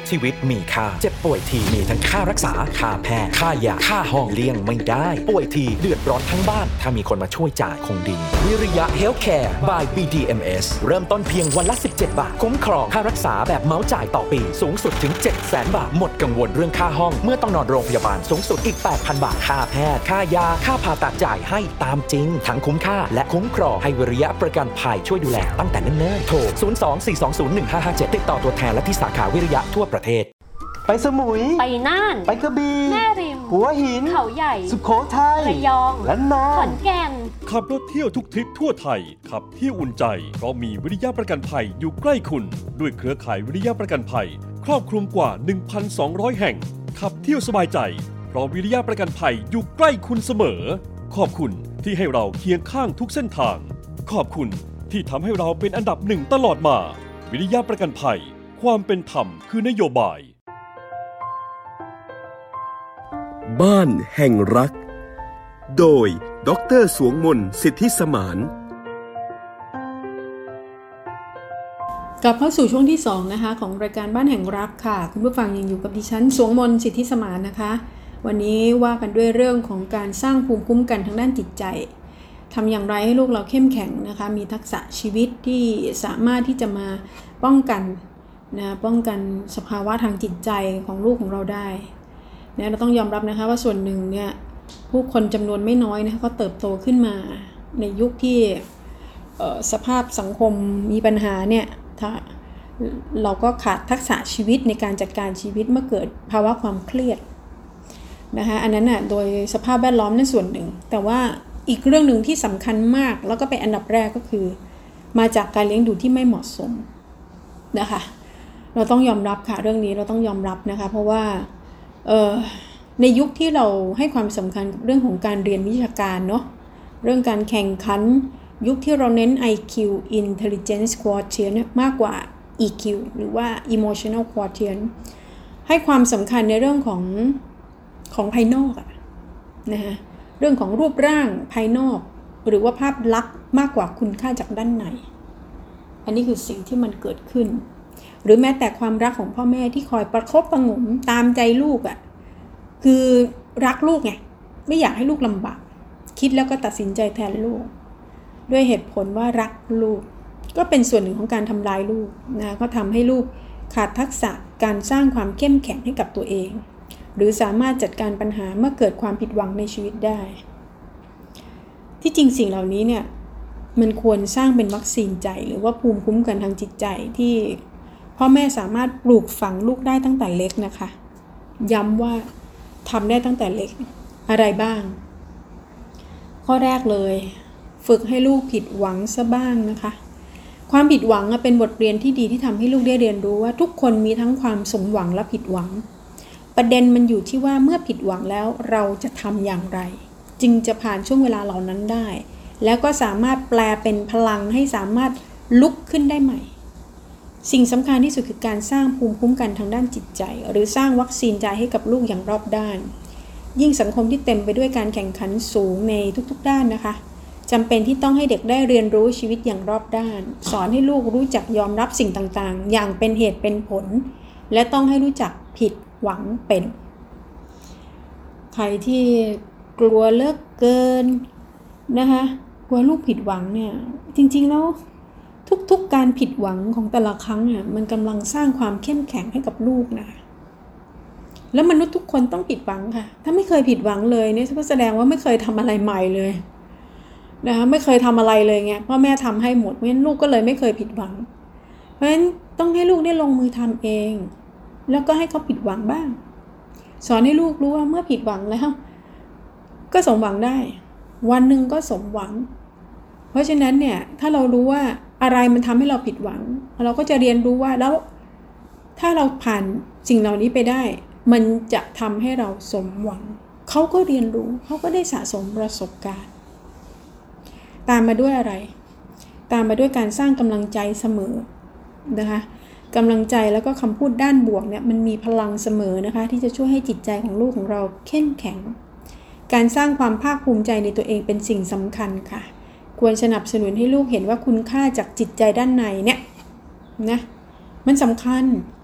ชีวิตมีค่าเจ็บป่วยทีมีทั้งค่ารักษาค่าแพทย์ค่ายาค่าห้องเลี้ยงไม่ได้ป่วยทีเดือดร้อนทั้งบ้านถ้ามีคนมาช่วยจ่ายคงดีวิริยะ Healthcare by BDMS เริ่มต้นเพียงวันละ17 บาทคุ้มครองค่ารักษาแบบเมาส์จ่ายต่อปีสูงสุดถึง 700,000 บาทหมดกังวลเรื่องค่าห้องเมื่อต้องนอนโรงพยาบาลสูงสุดอีก 8,000 บาทค่าแพทย์ค่ายาค่าผ่าตัดจ่ายให้ตามจริงทั้งคุ้มค่าและคุ้มครองให้วิริยะประกันภัยช่วยดูแลตั้งแต่เนิ่นๆโทร 02-420-1557 ติดต่อตัวแทนและที่สาขาวิริยะทั่วประเทศไปสมุยไปน่านไปกระบี่แม่ริมหัวหินเขาใหญ่สุโขทัยระยองและนองขอนแก่นขับรถเที่ยวทุกทริปทั่วไทยขับเที่ยวอุ่นใจเพราะมีวิริยะประกันภัยอยู่ใกล้คุณด้วยเครือข่ายวิริยะประกันภัยครอบคลุมกว่า 1,200 แห่งขับเที่ยวสบายใจเพราะวิริยะประกันภัยอยู่ใกล้คุณเสมอขอบคุณที่ให้เราเคียงข้างทุกเส้นทางขอบคุณที่ทำให้เราเป็นอันดับหนึ่งตลอดมาวิริยะประกันภัยความเป็นธรรมคือนโยบายบ้านแห่งรักโดยดร.สวงมนต์สิทธิสมานกลับเข้าสู่ช่วงที่2นะคะของรายการบ้านแห่งรักค่ะคุณผู้ฟังยังอยู่กับดิฉันสวงมนต์สิทธิสมานนะคะวันนี้ว่ากันด้วยเรื่องของการสร้างภูมิคุ้มกันทางด้านจิตใจทำอย่างไรให้ลูกเราเข้มแข็งนะคะมีทักษะชีวิตที่สามารถที่จะมาป้องกันสภาวะทางจิตใจของลูกของเราได้เนี่ยเราต้องยอมรับนะคะว่าส่วนหนึ่งเนี่ยผู้คนจำนวนไม่น้อยนะคะก็เติบโตขึ้นมาในยุคที่สภาพสังคมมีปัญหาเนี่ยถ้าเราก็ขาดทักษะชีวิตในการจัดการชีวิตเมื่อเกิดภาวะความเครียดนะคะอันนั้นน่ะโดยสภาพแวดล้อมนั่นส่วนหนึ่งแต่ว่าอีกเรื่องหนึ่งที่สำคัญมากแล้วก็เป็นอันดับแรกก็คือมาจากการเลี้ยงดูที่ไม่เหมาะสมนะคะเราต้องยอมรับค่ะเรื่องนี้เราต้องยอมรับนะคะเพราะว่าในยุคที่เราให้ความสำคัญกับเรื่องของการเรียนวิชาการเนาะเรื่องการแข่งขันยุคที่เราเน้น IQ Intelligence Quotient มากกว่า EQ หรือว่า Emotional Quotient ให้ความสำคัญในเรื่องของภายนอกนะคะเรื่องของรูปร่างภายนอกหรือว่าภาพลักษณ์มากกว่าคุณค่าจากด้านในอันนี้คือสิ่งที่มันเกิดขึ้นหรือแม้แต่ความรักของพ่อแม่ที่คอยประคบประหงมตามใจลูกคือรักลูกไงไม่อยากให้ลูกลำบากคิดแล้วก็ตัดสินใจแทนลูกด้วยเหตุผลว่ารักลูกก็เป็นส่วนหนึ่งของการทำลายลูกนะก็ทำให้ลูกขาดทักษะการสร้างความเข้มแข็งให้กับตัวเองหรือสามารถจัดการปัญหาเมื่อเกิดความผิดหวังในชีวิตได้ที่จริงสิ่งเหล่านี้เนี่ยมันควรสร้างเป็นวัคซีนใจหรือว่าภูมิคุ้มกันทางจิตใจที่พ่อแม่สามารถปลูกฝังลูกได้ตั้งแต่เล็กนะคะย้ำว่าทำได้ตั้งแต่เล็กอะไรบ้างข้อแรกเลยฝึกให้ลูกผิดหวังซะบ้างนะคะความผิดหวังเป็นบทเรียนที่ดีที่ทำให้ลูกได้เรียนรู้ว่าทุกคนมีทั้งความสมหวังและผิดหวังประเด็นมันอยู่ที่ว่าเมื่อผิดหวังแล้วเราจะทำอย่างไรจึงจะผ่านช่วงเวลาเหล่านั้นได้แล้วก็สามารถแปลเป็นพลังให้สามารถลุกขึ้นได้ใหม่สิ่งสำคัญที่สุดคือการสร้างภูมิคุ้มกันทางด้านจิตใจหรือสร้างวัคซีนใจให้กับลูกอย่างรอบด้านยิ่งสังคมที่เต็มไปด้วยการแข่งขันสูงในทุกๆด้านนะคะจำเป็นที่ต้องให้เด็กได้เรียนรู้ชีวิตอย่างรอบด้านสอนให้ลูกรู้จักยอมรับสิ่งต่างๆอย่างเป็นเหตุเป็นผลและต้องให้รู้จักผิดหวังเป็นใครที่กลัวเลิกเกินนะคะกลัวลูกผิดหวังเนี่ยจริงๆแล้วทุกการผิดหวังของแต่ละครั้งเนี่ยมันกำลังสร้างความเข้มแข็งให้กับลูกนะแล้วมนุษย์ทุกคนต้องผิดหวังค่ะถ้าไม่เคยผิดหวังเลยเนี่ยก็แสดงว่าไม่เคยทำอะไรใหม่เลยนะคะไม่เคยทำอะไรเลยไงพ่อแม่ทำให้หมดเพราะฉะนั้นลูกก็เลยไม่เคยผิดหวังเพราะฉะนั้นต้องให้ลูกได้ลงมือทำเองแล้วก็ให้เขาผิดหวังบ้างสอนให้ลูกรู้ว่าเมื่อผิดหวังแล้วก็สมหวังได้วันหนึ่งก็สมหวังเพราะฉะนั้นเนี่ยถ้าเรารู้ว่าอะไรมันทำให้เราผิดหวังเราก็จะเรียนรู้ว่าแล้วถ้าเราผ่านสิ่งเหล่านี้ไปได้มันจะทำให้เราสมหวังเขาก็เรียนรู้เขาก็ได้สะสมประสบการณ์ตามมาด้วยอะไรตามมาด้วยการสร้างกำลังใจเสมอนะคะกำลังใจแล้วก็คำพูดด้านบวกเนี่ยมันมีพลังเสมอนะคะที่จะช่วยให้จิตใจของลูกของเราเข้มแข็งการสร้างความภาคภูมิใจในตัวเองเป็นสิ่งสำคัญค่ะควรสนับสนุนให้ลูกเห็นว่าคุณค่าจากจิตใจด้านในเนี่ยนะมันสำคัญ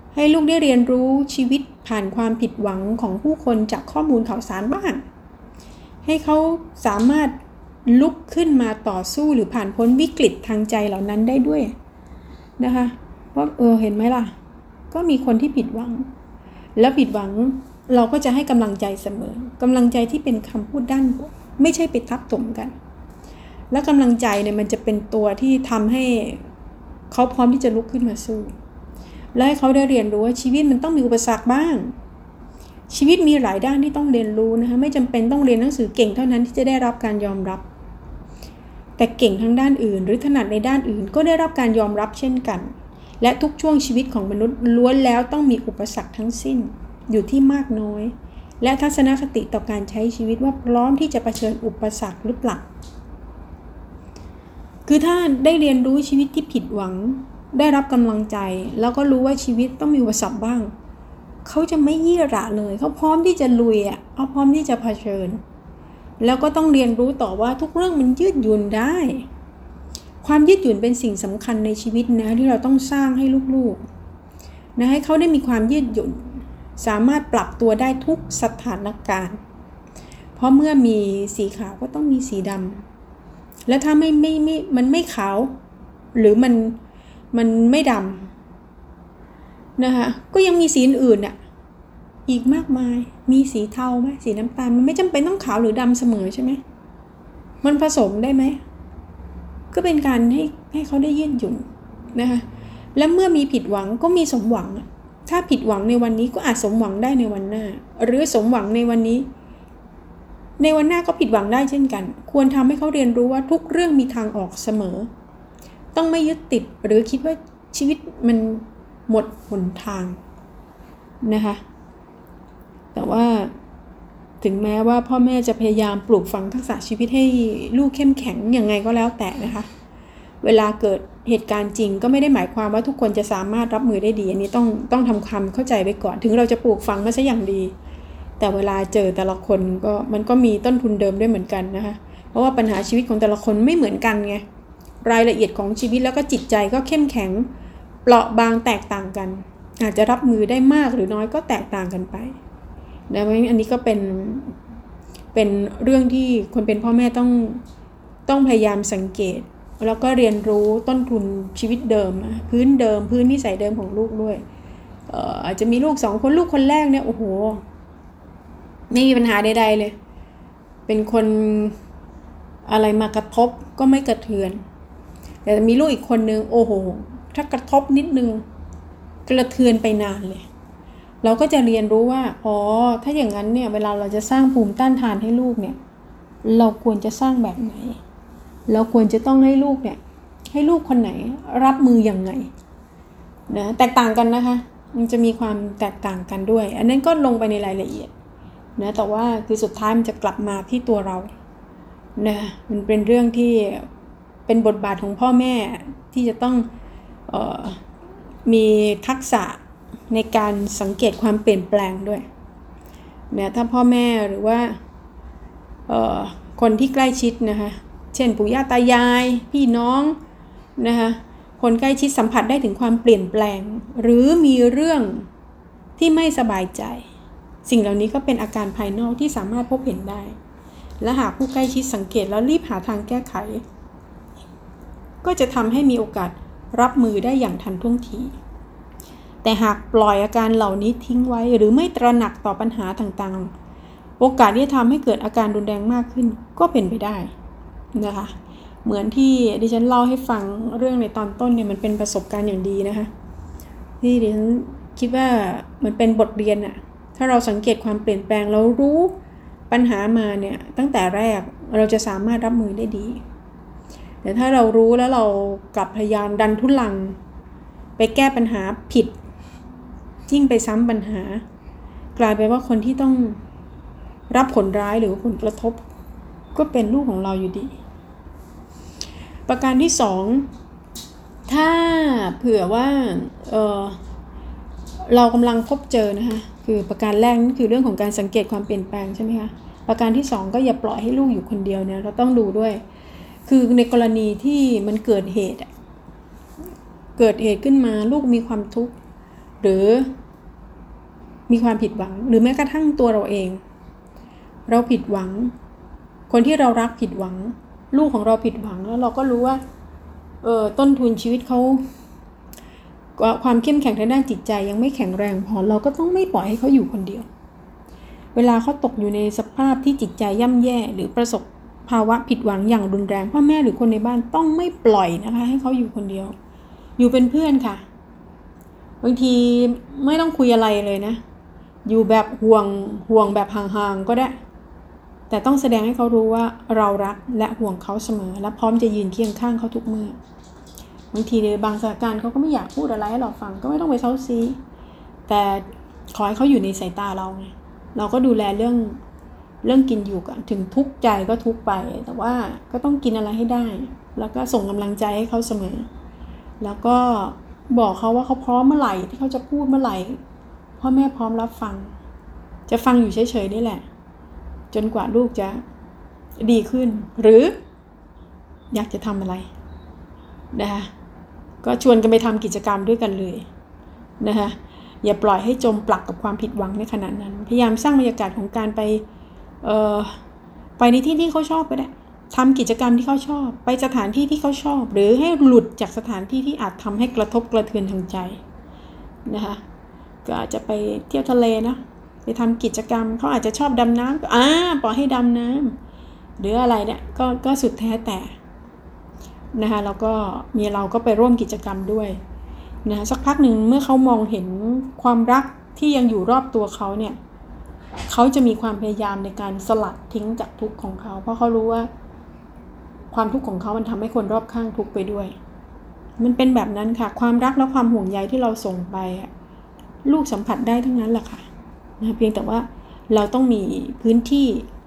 ให้ลูกได้เรียนรู้ชีวิตผ่านความผิดหวังของผู้คนจากข้อมูลข่าวสารบ้างให้เขาสามารถลุกขึ้นมาต่อสู้หรือผ่านพ้นวิกฤตทางใจเหล่านั้นได้ด้วยนะคะเพราะเห็นไหมล่ะก็มีคนที่ผิดหวังแล้วผิดหวังเราก็จะให้กำลังใจเสมอกำลังใจที่เป็นคำพูดด้านบวกไม่ใช่ไปทับถมกันและกำลังใจเนี่ยมันจะเป็นตัวที่ทำให้เขาพร้อมที่จะลุกขึ้นมาสู้และให้เขาได้เรียนรู้ว่าชีวิตมันต้องมีอุปสรรคบ้างชีวิตมีหลายด้านที่ต้องเรียนรู้นะคะไม่จำเป็นต้องเรียนหนังสือเก่งเท่านั้นที่จะได้รับการยอมรับแต่เก่งทางด้านอื่นหรือถนัดในด้านอื่นก็ได้รับการยอมรับเช่นกันและทุกช่วงชีวิตของมนุษย์ล้วนแล้วต้องมีอุปสรรคทั้งสิ้นอยู่ที่มากน้อยและทัศนคติต่อการใช้ชีวิตว่าพร้อมที่จะเผชิญอุปสรรคหรือเปล่าคือถ้าได้เรียนรู้ชีวิตที่ผิดหวังได้รับกำลังใจแล้วก็รู้ว่าชีวิตต้องมีอุปสรรคบ้างเขาจะไม่ยี่หร่าเลยเขาพร้อมที่จะลุยเขาพร้อมที่จะเผชิญแล้วก็ต้องเรียนรู้ต่อว่าทุกเรื่องมันยืดหยุ่นได้ความยืดหยุ่นเป็นสิ่งสำคัญในชีวิตนะที่เราต้องสร้างให้ลูกๆนะให้เขาได้มีความยืดหยุ่นสามารถปรับตัวได้ทุกสถานการณ์เพราะเมื่อมีสีขาวก็ต้องมีสีดำและถ้ามันไม่ขาวหรือมันไม่ดำนะคะก็ยังมีสีอื่นอีกมากมายมีสีเทาไหมสีน้ำตาลมันไม่จำเป็นต้องขาวหรือดำเสมอใช่ไหมมันผสมได้ไหมก็เป็นการให้เขาได้ยืดหยุ่นนะคะและเมื่อมีผิดหวังก็มีสมหวังถ้าผิดหวังในวันนี้ก็อาจสมหวังได้ในวันหน้าหรือสมหวังในวันนี้ในวันหน้าก็ผิดหวังได้เช่นกันควรทำให้เขาเรียนรู้ว่าทุกเรื่องมีทางออกเสมอต้องไม่ยึดติดหรือคิดว่าชีวิตมันหมดหนทางนะคะแต่ว่าถึงแม้ว่าพ่อแม่จะพยายามปลูกฝังทักษะชีวิตให้ลูกเข้มแข็งยังไงก็แล้วแต่นะคะเวลาเกิดเหตุการณ์จริงก็ไม่ได้หมายความว่าทุกคนจะสามารถรับมือได้ดีอันนี้ต้องทำความเข้าใจไว้ก่อนถึงเราจะปลูกฝังมาซะอย่างดีแต่เวลาเจอแต่ละคนก็มันก็มีต้นทุนเดิมด้วยเหมือนกันนะคะเพราะว่าปัญหาชีวิตของแต่ละคนไม่เหมือนกันไงรายละเอียดของชีวิตแล้วก็จิตใจก็เข้มแข็งเปราะบางแตกต่างกันอาจจะรับมือได้มากหรือน้อยก็แตกต่างกันไปนะเพราะฉะนั้นอันนี้ก็เป็นเรื่องที่คนเป็นพ่อแม่ต้องพยายามสังเกตแล้วก็เรียนรู้ต้นทุนชีวิตเดิมพื้นนิสัยเดิมของลูกด้วยอาจจะมีลูก2คนลูกคนแรกเนี่ยโอ้โหไม่มีปัญหาใดๆเลยเป็นคนอะไรมากระทบก็ไม่กระเทือนแต่มีลูกอีกคนนึงโอ้โหถ้ากระทบนิดนึงกระเทือนไปนานเลยเราก็จะเรียนรู้ว่าถ้าอย่างนั้นเนี่ยเวลาเราจะสร้างภูมิต้านทานให้ลูกเนี่ยเราควรจะสร้างแบบไหนเราควรจะต้องให้ลูกเนี่ยให้ลูกคนไหนรับมือยังไงนะแตกต่างกันนะคะมันจะมีความแตกต่างกันด้วยอันนั้นก็ลงไปในรายละเอียดนะแต่ว่าคือสุดท้ายมันจะกลับมาที่ตัวเรานะมันเป็นเรื่องที่เป็นบทบาทของพ่อแม่ที่จะต้องมีทักษะในการสังเกตความเปลี่ยนแปลงด้วยนะถ้าพ่อแม่หรือว่าคนที่ใกล้ชิดนะคะเช่นปู่ย่าตายายพี่น้องนะคะคนใกล้ชิดสัมผัสได้ถึงความเปลี่ยนแปลงหรือมีเรื่องที่ไม่สบายใจสิ่งเหล่านี้ก็เป็นอาการภายนอกที่สามารถพบเห็นได้และหากผู้ใกล้ชิดสังเกตแล้วรีบหาทางแก้ไขก็จะทำให้มีโอกาสรับมือได้อย่างทันท่วงทีแต่หากปล่อยอาการเหล่านี้ทิ้งไว้หรือไม่ตระหนักต่อปัญหาต่างๆโอกาสที่จะทำให้เกิดอาการรุนแรงมากขึ้นก็เป็นไปได้นะคะเหมือนที่ดิฉันเล่าให้ฟังเรื่องในตอนต้นเนี่ยมันเป็นประสบการณ์อย่างดีนะคะที่ดิฉันคิดว่ามันเป็นบทเรียนอะถ้าเราสังเกตความเปลี่ยนแปลงเรารู้ปัญหามาเนี่ยตั้งแต่แรกเราจะสามารถรับมือได้ดีแต่ถ้าเรารู้แล้วเรากลับพยายามดันทุลังไปแก้ปัญหาผิดยิ่งไปซ้ำปัญหากลายเป็นว่าคนที่ต้องรับผลร้ายหรือผลกระทบก็เป็นลูกของเราอยู่ดีประการที่2ถ้าเผื่อว่าเรากำลังพบเจอนะคะคือประการแรกนั่นคือเรื่องของการสังเกตความเปลี่ยนแปลงใช่ไหมคะประการที่2ก็อย่าปล่อยให้ลูกอยู่คนเดียวเนี่ยเราต้องดูด้วยคือในกรณีที่มันเกิดเหตุขึ้นมาลูกมีความทุกข์หรือมีความผิดหวังหรือแม้กระทั่งตัวเราเองเราผิดหวังคนที่เรารักผิดหวังลูกของเราผิดหวังแล้วเราก็รู้ว่าต้นทุนชีวิตเขาความเข้มแข็งทางด้านจิตใจยังไม่แข็งแรงพอเราก็ต้องไม่ปล่อยให้เขาอยู่คนเดียวเวลาเขาตกอยู่ในสภาพที่จิตใจย่ำแย่หรือประสบภาวะผิดหวังอย่างรุนแรงพ่อแม่หรือคนในบ้านต้องไม่ปล่อยนะคะให้เขาอยู่คนเดียวอยู่เป็นเพื่อนค่ะบางทีไม่ต้องคุยอะไรเลยนะอยู่แบบห่วงแบบห่างๆก็ได้แต่ต้องแสดงให้เขารู้ว่าเรารักและห่วงเขาเสมอและพร้อมจะยืนเคียงข้างเขาทุกเมื่อบางทีในบางสถานการณ์เขาก็ไม่อยากพูดอะไรให้เราฟังก็ไม่ต้องไปเซ้าซีแต่ขอให้เขาอยู่ในสายตาเราไงเราก็ดูแลเรื่องกินอยู่กันถึงทุกข์ใจก็ทุกข์ไปแต่ว่าก็ต้องกินอะไรให้ได้แล้วก็ส่งกำลังใจให้เขาเสมอแล้วก็บอกเขาว่าเขาพร้อมเมื่อไหร่ที่เขาจะพูดเมื่อไหร่พ่อแม่พร้อมรับฟังจะฟังอยู่เฉยๆนี่แหละจนกว่าลูกจะดีขึ้นหรืออยากจะทำอะไรนะคะก็ชวนกันไปทำกิจกรรมด้วยกันเลยนะคะอย่าปล่อยให้จมปลักกับความผิดหวังในขณะนั้นพยายามสร้างบรรยากาศของการไปในที่ที่เขาชอบก็ได้ทำกิจกรรมที่เขาชอบไปสถานที่ที่เขาชอบหรือให้หลุดจากสถานที่ที่อาจทำให้กระทบกระเทือนทางใจนะคะก็อาจจะไปเที่ยวทะเลนะไปทำกิจกรรมเขาอาจจะชอบดำน้ำปล่อยให้ดำน้ำหรืออะไรเนี่ยก็สุดแท้แต่นะคะแล้วก็เราก็ไปร่วมกิจกรรมด้วยนะสักพักหนึ่งเมื่อเขามองเห็นความรักที่ยังอยู่รอบตัวเขาเนี่ยเขาจะมีความพยายามในการสลัดทิ้งจากทุกข์ของเขาเพราะเขารู้ว่าความทุกข์ของเขามันทำให้คนรอบข้างทุกข์ไปด้วยมันเป็นแบบนั้นค่ะความรักและความห่วงใยที่เราส่งไปลูกสัมผัสได้ทั้งนั้นแหละค่ะนะเพียงแต่ว่าเราต้องมีพื้นที่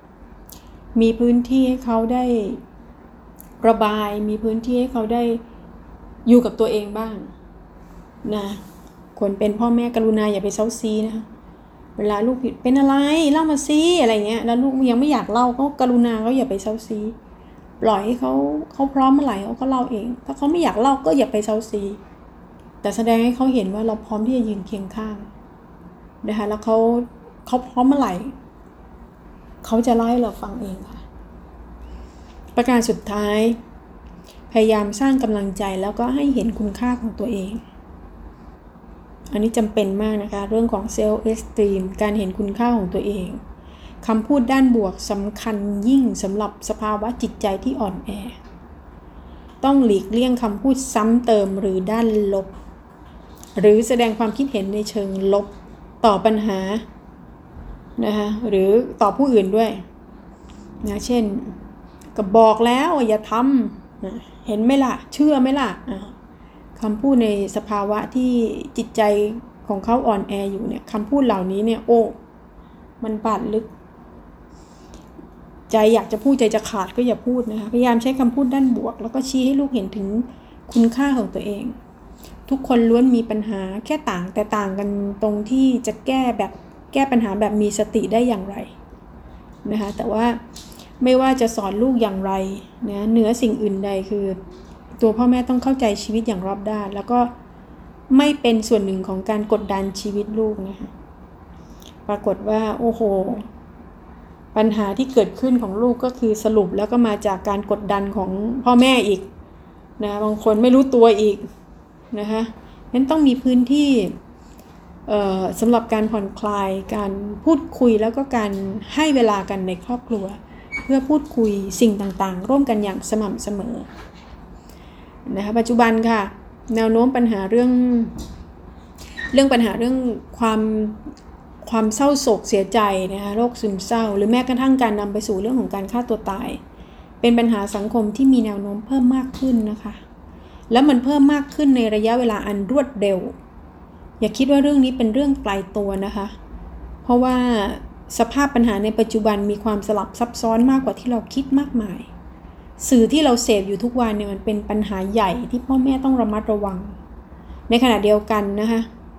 ให้เขาได้ระบายมีพื้นที่ให้เขาได้อยู่กับตัวเองบ้างนะคนเป็นพ่อแม่กรุณาอย่าไปเซ้าซีนะคะเวลาลูกผิดเป็นอะไรเล่ามาซิอะไรเงี้ยแล้วลูกยังไม่อยากเล่าก็กรุณาก็อย่าไปเซ้าซีปล่อยให้เขาพร้อมเมื่อไหร่เขาก็เล่าเองถ้าเขาไม่อยากเล่าก็อย่าไปเซ้าซีแต่แสดงให้เขาเห็นว่าเราพร้อมที่จะยืนเคียงข้างนะคะแล้วเขาพร้อมเมื่อไหร่เขาจะเล่าให้เราฟังเองค่ะประการสุดท้ายพยายามสร้างกำลังใจแล้วก็ให้เห็นคุณค่าของตัวเองอันนี้จำเป็นมากนะคะเรื่องของเซลฟ์เอสตีมการเห็นคุณค่าของตัวเองคำพูดด้านบวกสำคัญยิ่งสำหรับสภาวะจิตใจที่อ่อนแอต้องหลีกเลี่ยงคำพูดซ้ำเติมหรือด้านลบหรือแสดงความคิดเห็นในเชิงลบต่อปัญหานะคะหรือต่อผู้อื่นด้วยนะเช่นก็บอกแล้วอย่าทำเห็นไหมล่ะเชื่อไหมล่ะคำพูดในสภาวะที่จิตใจของเขาอ่อนแออยู่เนี่ยคำพูดเหล่านี้เนี่ยมันบาดลึกใจอยากจะพูดใจจะขาดก็อย่าพูดนะคะพยายามใช้คำพูดด้านบวกแล้วก็ชี้ให้ลูกเห็นถึงคุณค่าของตัวเองทุกคนล้วนมีปัญหาแค่แต่ต่างกันตรงที่จะแก้ปัญหาแบบมีสติได้อย่างไรนะคะแต่ว่าไม่ว่าจะสอนลูกอย่างไรนะเหนือสิ่งอื่นใดคือตัวพ่อแม่ต้องเข้าใจชีวิตอย่างรอบด้านแล้วก็ไม่เป็นส่วนหนึ่งของการกดดันชีวิตลูกนะคะปรากฏว่าโอ้โหปัญหาที่เกิดขึ้นของลูกก็คือสรุปแล้วก็มาจากการกดดันของพ่อแม่อีกนะบางคนไม่รู้ตัวอีกนะคะนั้นต้องมีพื้นที่สำหรับการผ่อนคลายการพูดคุยแล้วก็การให้เวลากันในครอบครัวเพื่อพูดคุยสิ่งต่างๆร่วมกันอย่างสม่ำเสมอนะคะปัจจุบันค่ะแนวโน้มปัญหาเรื่องปัญหาเรื่องความเศร้าโศกเสียใจนะคะโรคซึมเศร้าหรือแม้กระทั่งการนำไปสู่เรื่องของการฆ่าตัวตายเป็นปัญหาสังคมที่มีแนวโน้มเพิ่มมากขึ้นนะคะและมันเพิ่มมากขึ้นในระยะเวลาอันรวดเร็วอย่าคิดว่าเรื่องนี้เป็นเรื่องไกลตัวนะคะเพราะว่าสภาพปัญหาในปัจจุบันมีความสลับซับซ้อนมากกว่าที่เราคิดมากมายสื่อที่เราเสพอยู่ทุกวันเนี่ยมันเป็นปัญหาใหญ่ที่พ่อแม่ต้องระมัดระวังในขณะเดียวกันนะคะ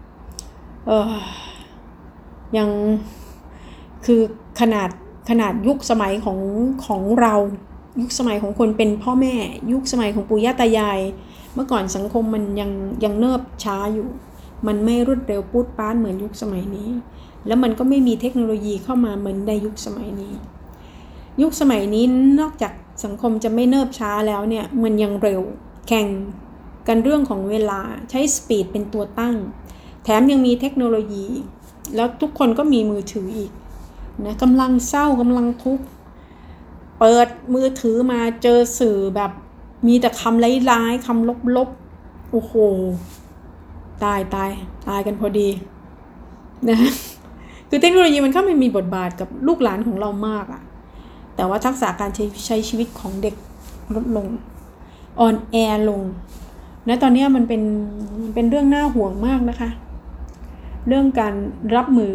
ยังคือขนาดยุคสมัยของเรายุคสมัยของคนเป็นพ่อแม่ยุคสมัยของปู่ย่าตายายเมื่อก่อนสังคมมันยังเนิบช้าอยู่มันไม่รวดเร็วปูดป๊าดเหมือนยุคสมัยนี้แล้วมันก็ไม่มีเทคโนโลยีเข้ามาเหมือนในยุคสมัยนี้ยุคสมัยนี้นอกจากสังคมจะไม่เนิบช้าแล้วเนี่ยมันยังเร็วแข่งกันเรื่องของเวลาใช้สปีดเป็นตัวตั้งแถมยังมีเทคโนโลยีแล้วทุกคนก็มีมือถืออีกนะกำลังเศร้ากำลังทุกข์เปิดมือถือมาเจอสื่อแบบมีแต่คำร้ายๆคำลบๆโอ้โหตายกันพอดีนะคือเทคโนโลยีมันเข้ามามีบทบาทกับลูกหลานของเรามากอะแต่ว่าทักษะการใช้ชีวิตของเด็กลดลงอ่อนแอลงนะตอนนี้มันเป็นเรื่องน่าห่วงมากนะคะเรื่องการรับมือ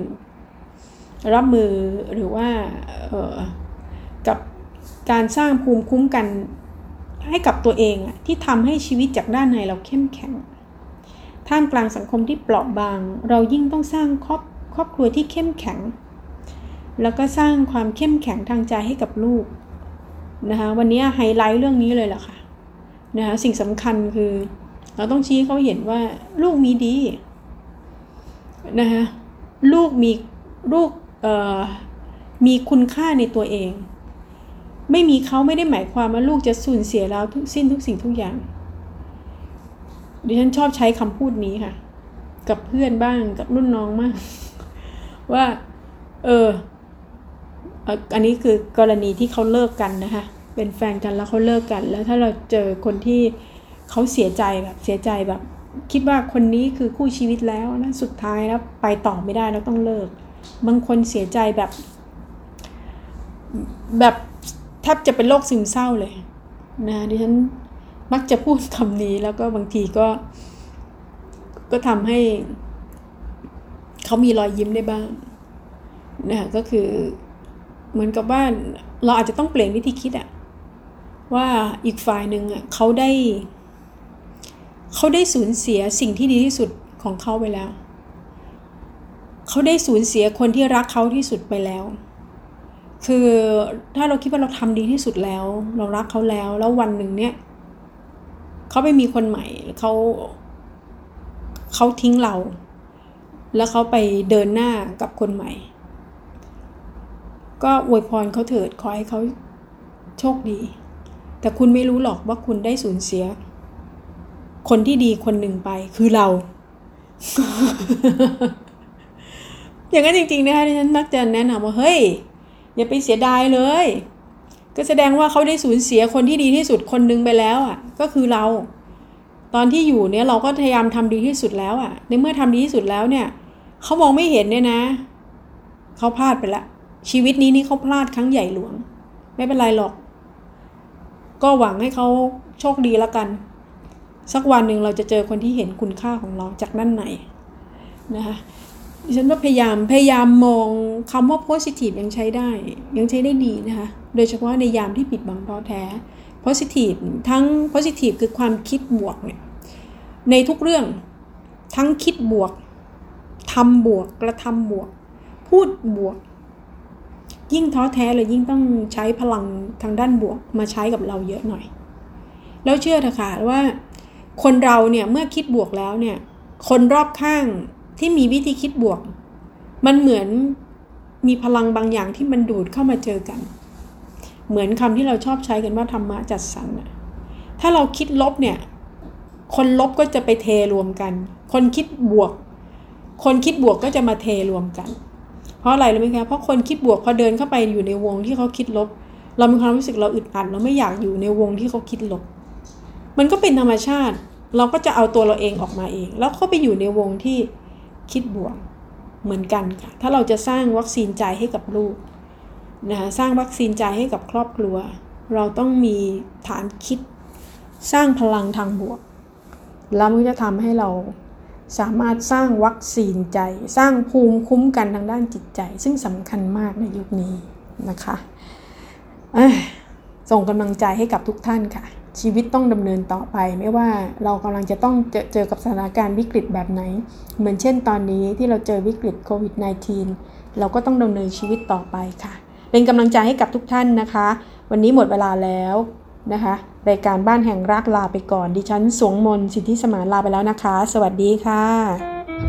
หรือว่ากับการสร้างภูมิคุ้มกันให้กับตัวเองอะที่ทำให้ชีวิตจากด้านในเราเข้มแข็งท่ามกลางสังคมที่เปราะบางเรายิ่งต้องสร้างครอบครัวที่เข้มแข็งแล้วก็สร้างความเข้มแข็งทางใจให้กับลูกนะคะวันนี้ไฮไลท์เรื่องนี้เลยล่ะค่ะนะคะสิ่งสำคัญคือเราต้องชี้เขาเห็นว่าลูกมีดีนะคะลูกมีคุณค่าในตัวเองไม่มีเขาไม่ได้หมายความว่าลูกจะสูญเสียแล้วทุกสิ่งทุกอย่างดิฉันชอบใช้คำพูดนี้ค่ะกับเพื่อนบ้างกับรุ่นน้องมากว่าอันนี้คือกรณีที่เขาเลิกกันนะคะเป็นแฟนกันแล้วเขาเลิกกันแล้วถ้าเราเจอคนที่เขาเสียใจแบบคิดว่าคนนี้คือคู่ชีวิตแล้วนะสุดท้ายแล้วไปต่อไม่ได้แล้วต้องเลิกบางคนเสียใจแบบแทบจะเป็นโรคซึมเศร้าเลยนะดิฉันมักจะพูดคำนี้แล้วก็บางทีก็ทำให้เขามีรอยยิ้มได้บ้างนะก็คือเหมือนกับว่าเราอาจจะต้องเปลี่ยนวิธีคิดอะว่าอีกฝ่ายหนึ่งอะเขาได้สูญเสียสิ่งที่ดีที่สุดของเขาไปแล้วเขาได้สูญเสียคนที่รักเขาที่สุดไปแล้วคือถ้าเราคิดว่าเราทำดีที่สุดแล้วเรารักเขาแล้ววันหนึ่งเนี่ยเขาไปมีคนใหม่เขาทิ้งเราแล้วเขาไปเดินหน้ากับคนใหม่ก็อวยพรเขาเถิดขอให้เขาโชคดีแต่คุณไม่รู้หรอกว่าคุณได้สูญเสียคนที่ดีคนหนึ่งไปคือเรา อย่างนั้นจริงๆนะคะที่ฉันมักจะแนะนำว่าเฮ้ยอย่าไปเสียดายเลยก็แสดงว่าเขาได้สูญเสียคนที่ดีที่สุดคนหนึ่งไปแล้วอ่ะก็คือเราตอนที่อยู่เนี่ยเราก็พยายามทำดีที่สุดแล้วอ่ะในเมื่อทำดีที่สุดแล้วเนี่ยเขามองไม่เห็นเนี่ยนะเขาพลาดไปละชีวิตนี้เขาพลาดครั้งใหญ่หลวงไม่เป็นไรหรอกก็หวังให้เขาโชคดีแล้วกันสักวันหนึ่งเราจะเจอคนที่เห็นคุณค่าของเราจากด้านในนะคะดิฉันว่าพยายามมองคำว่า positive ยังใช้ได้ดีนะคะโดยเฉพาะในยามที่ปิดบังท้อแท้ positive ทั้ง positive คือความคิดบวกเนี่ยในทุกเรื่องทั้งคิดบวกทำบวกกระทำบวกพูดบวกยิ่งท้อแท้เลยยิ่งต้องใช้พลังทางด้านบวกมาใช้กับเราเยอะหน่อยแล้วเชื่อเถอะค่ะว่าคนเราเนี่ยเมื่อคิดบวกแล้วเนี่ยคนรอบข้างที่มีวิธีคิดบวกมันเหมือนมีพลังบางอย่างที่มันดูดเข้ามาเจอกันเหมือนคำที่เราชอบใช้กันว่าธรรมะจัดสรรถ้าเราคิดลบเนี่ยคนลบก็จะไปเทรวมกันคนคิดบวกก็จะมาเทรวมกันเพราะอะไรรู้ไหมคะเพราะคนคิดบวกพอเดินเข้าไปอยู่ในวงที่เขาคิดลบเรามีความรู้สึกเราอึดอัดเราไม่อยากอยู่ในวงที่เขาคิดลบมันก็เป็นธรรมชาติเราก็จะเอาตัวเราเองออกมาเองแล้วเข้าไปอยู่ในวงที่คิดบวกเหมือนกันค่ะถ้าเราจะสร้างวัคซีนใจให้กับลูกนะคะสร้างวัคซีนใจให้กับครอบครัวเราต้องมีฐานคิดสร้างพลังทางบวกแล้วมันจะทำให้เราสามารถสร้างวัคซีนใจสร้างภูมิคุ้มกันทางด้านจิตใจซึ่งสำคัญมากในยุคนี้นะคะส่งกำลังใจให้กับทุกท่านค่ะชีวิตต้องดำเนินต่อไปไม่ว่าเรากำลังจะต้องเจอกับสถานการณ์วิกฤตแบบไหนเหมือนเช่นตอนนี้ที่เราเจอวิกฤตโควิด -19 เราก็ต้องดำเนินชีวิตต่อไปค่ะเป็นกำลังใจให้กับทุกท่านนะคะวันนี้หมดเวลาแล้วนะคะรายการบ้านแห่งรักลาไปก่อนดิฉันสวงมนต์สิทธิสมานลาไปแล้วนะคะสวัสดีค่ะ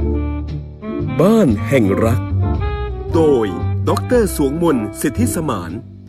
บ้านแห่งรักโดยดร.สวงมนต์สิทธิสมาน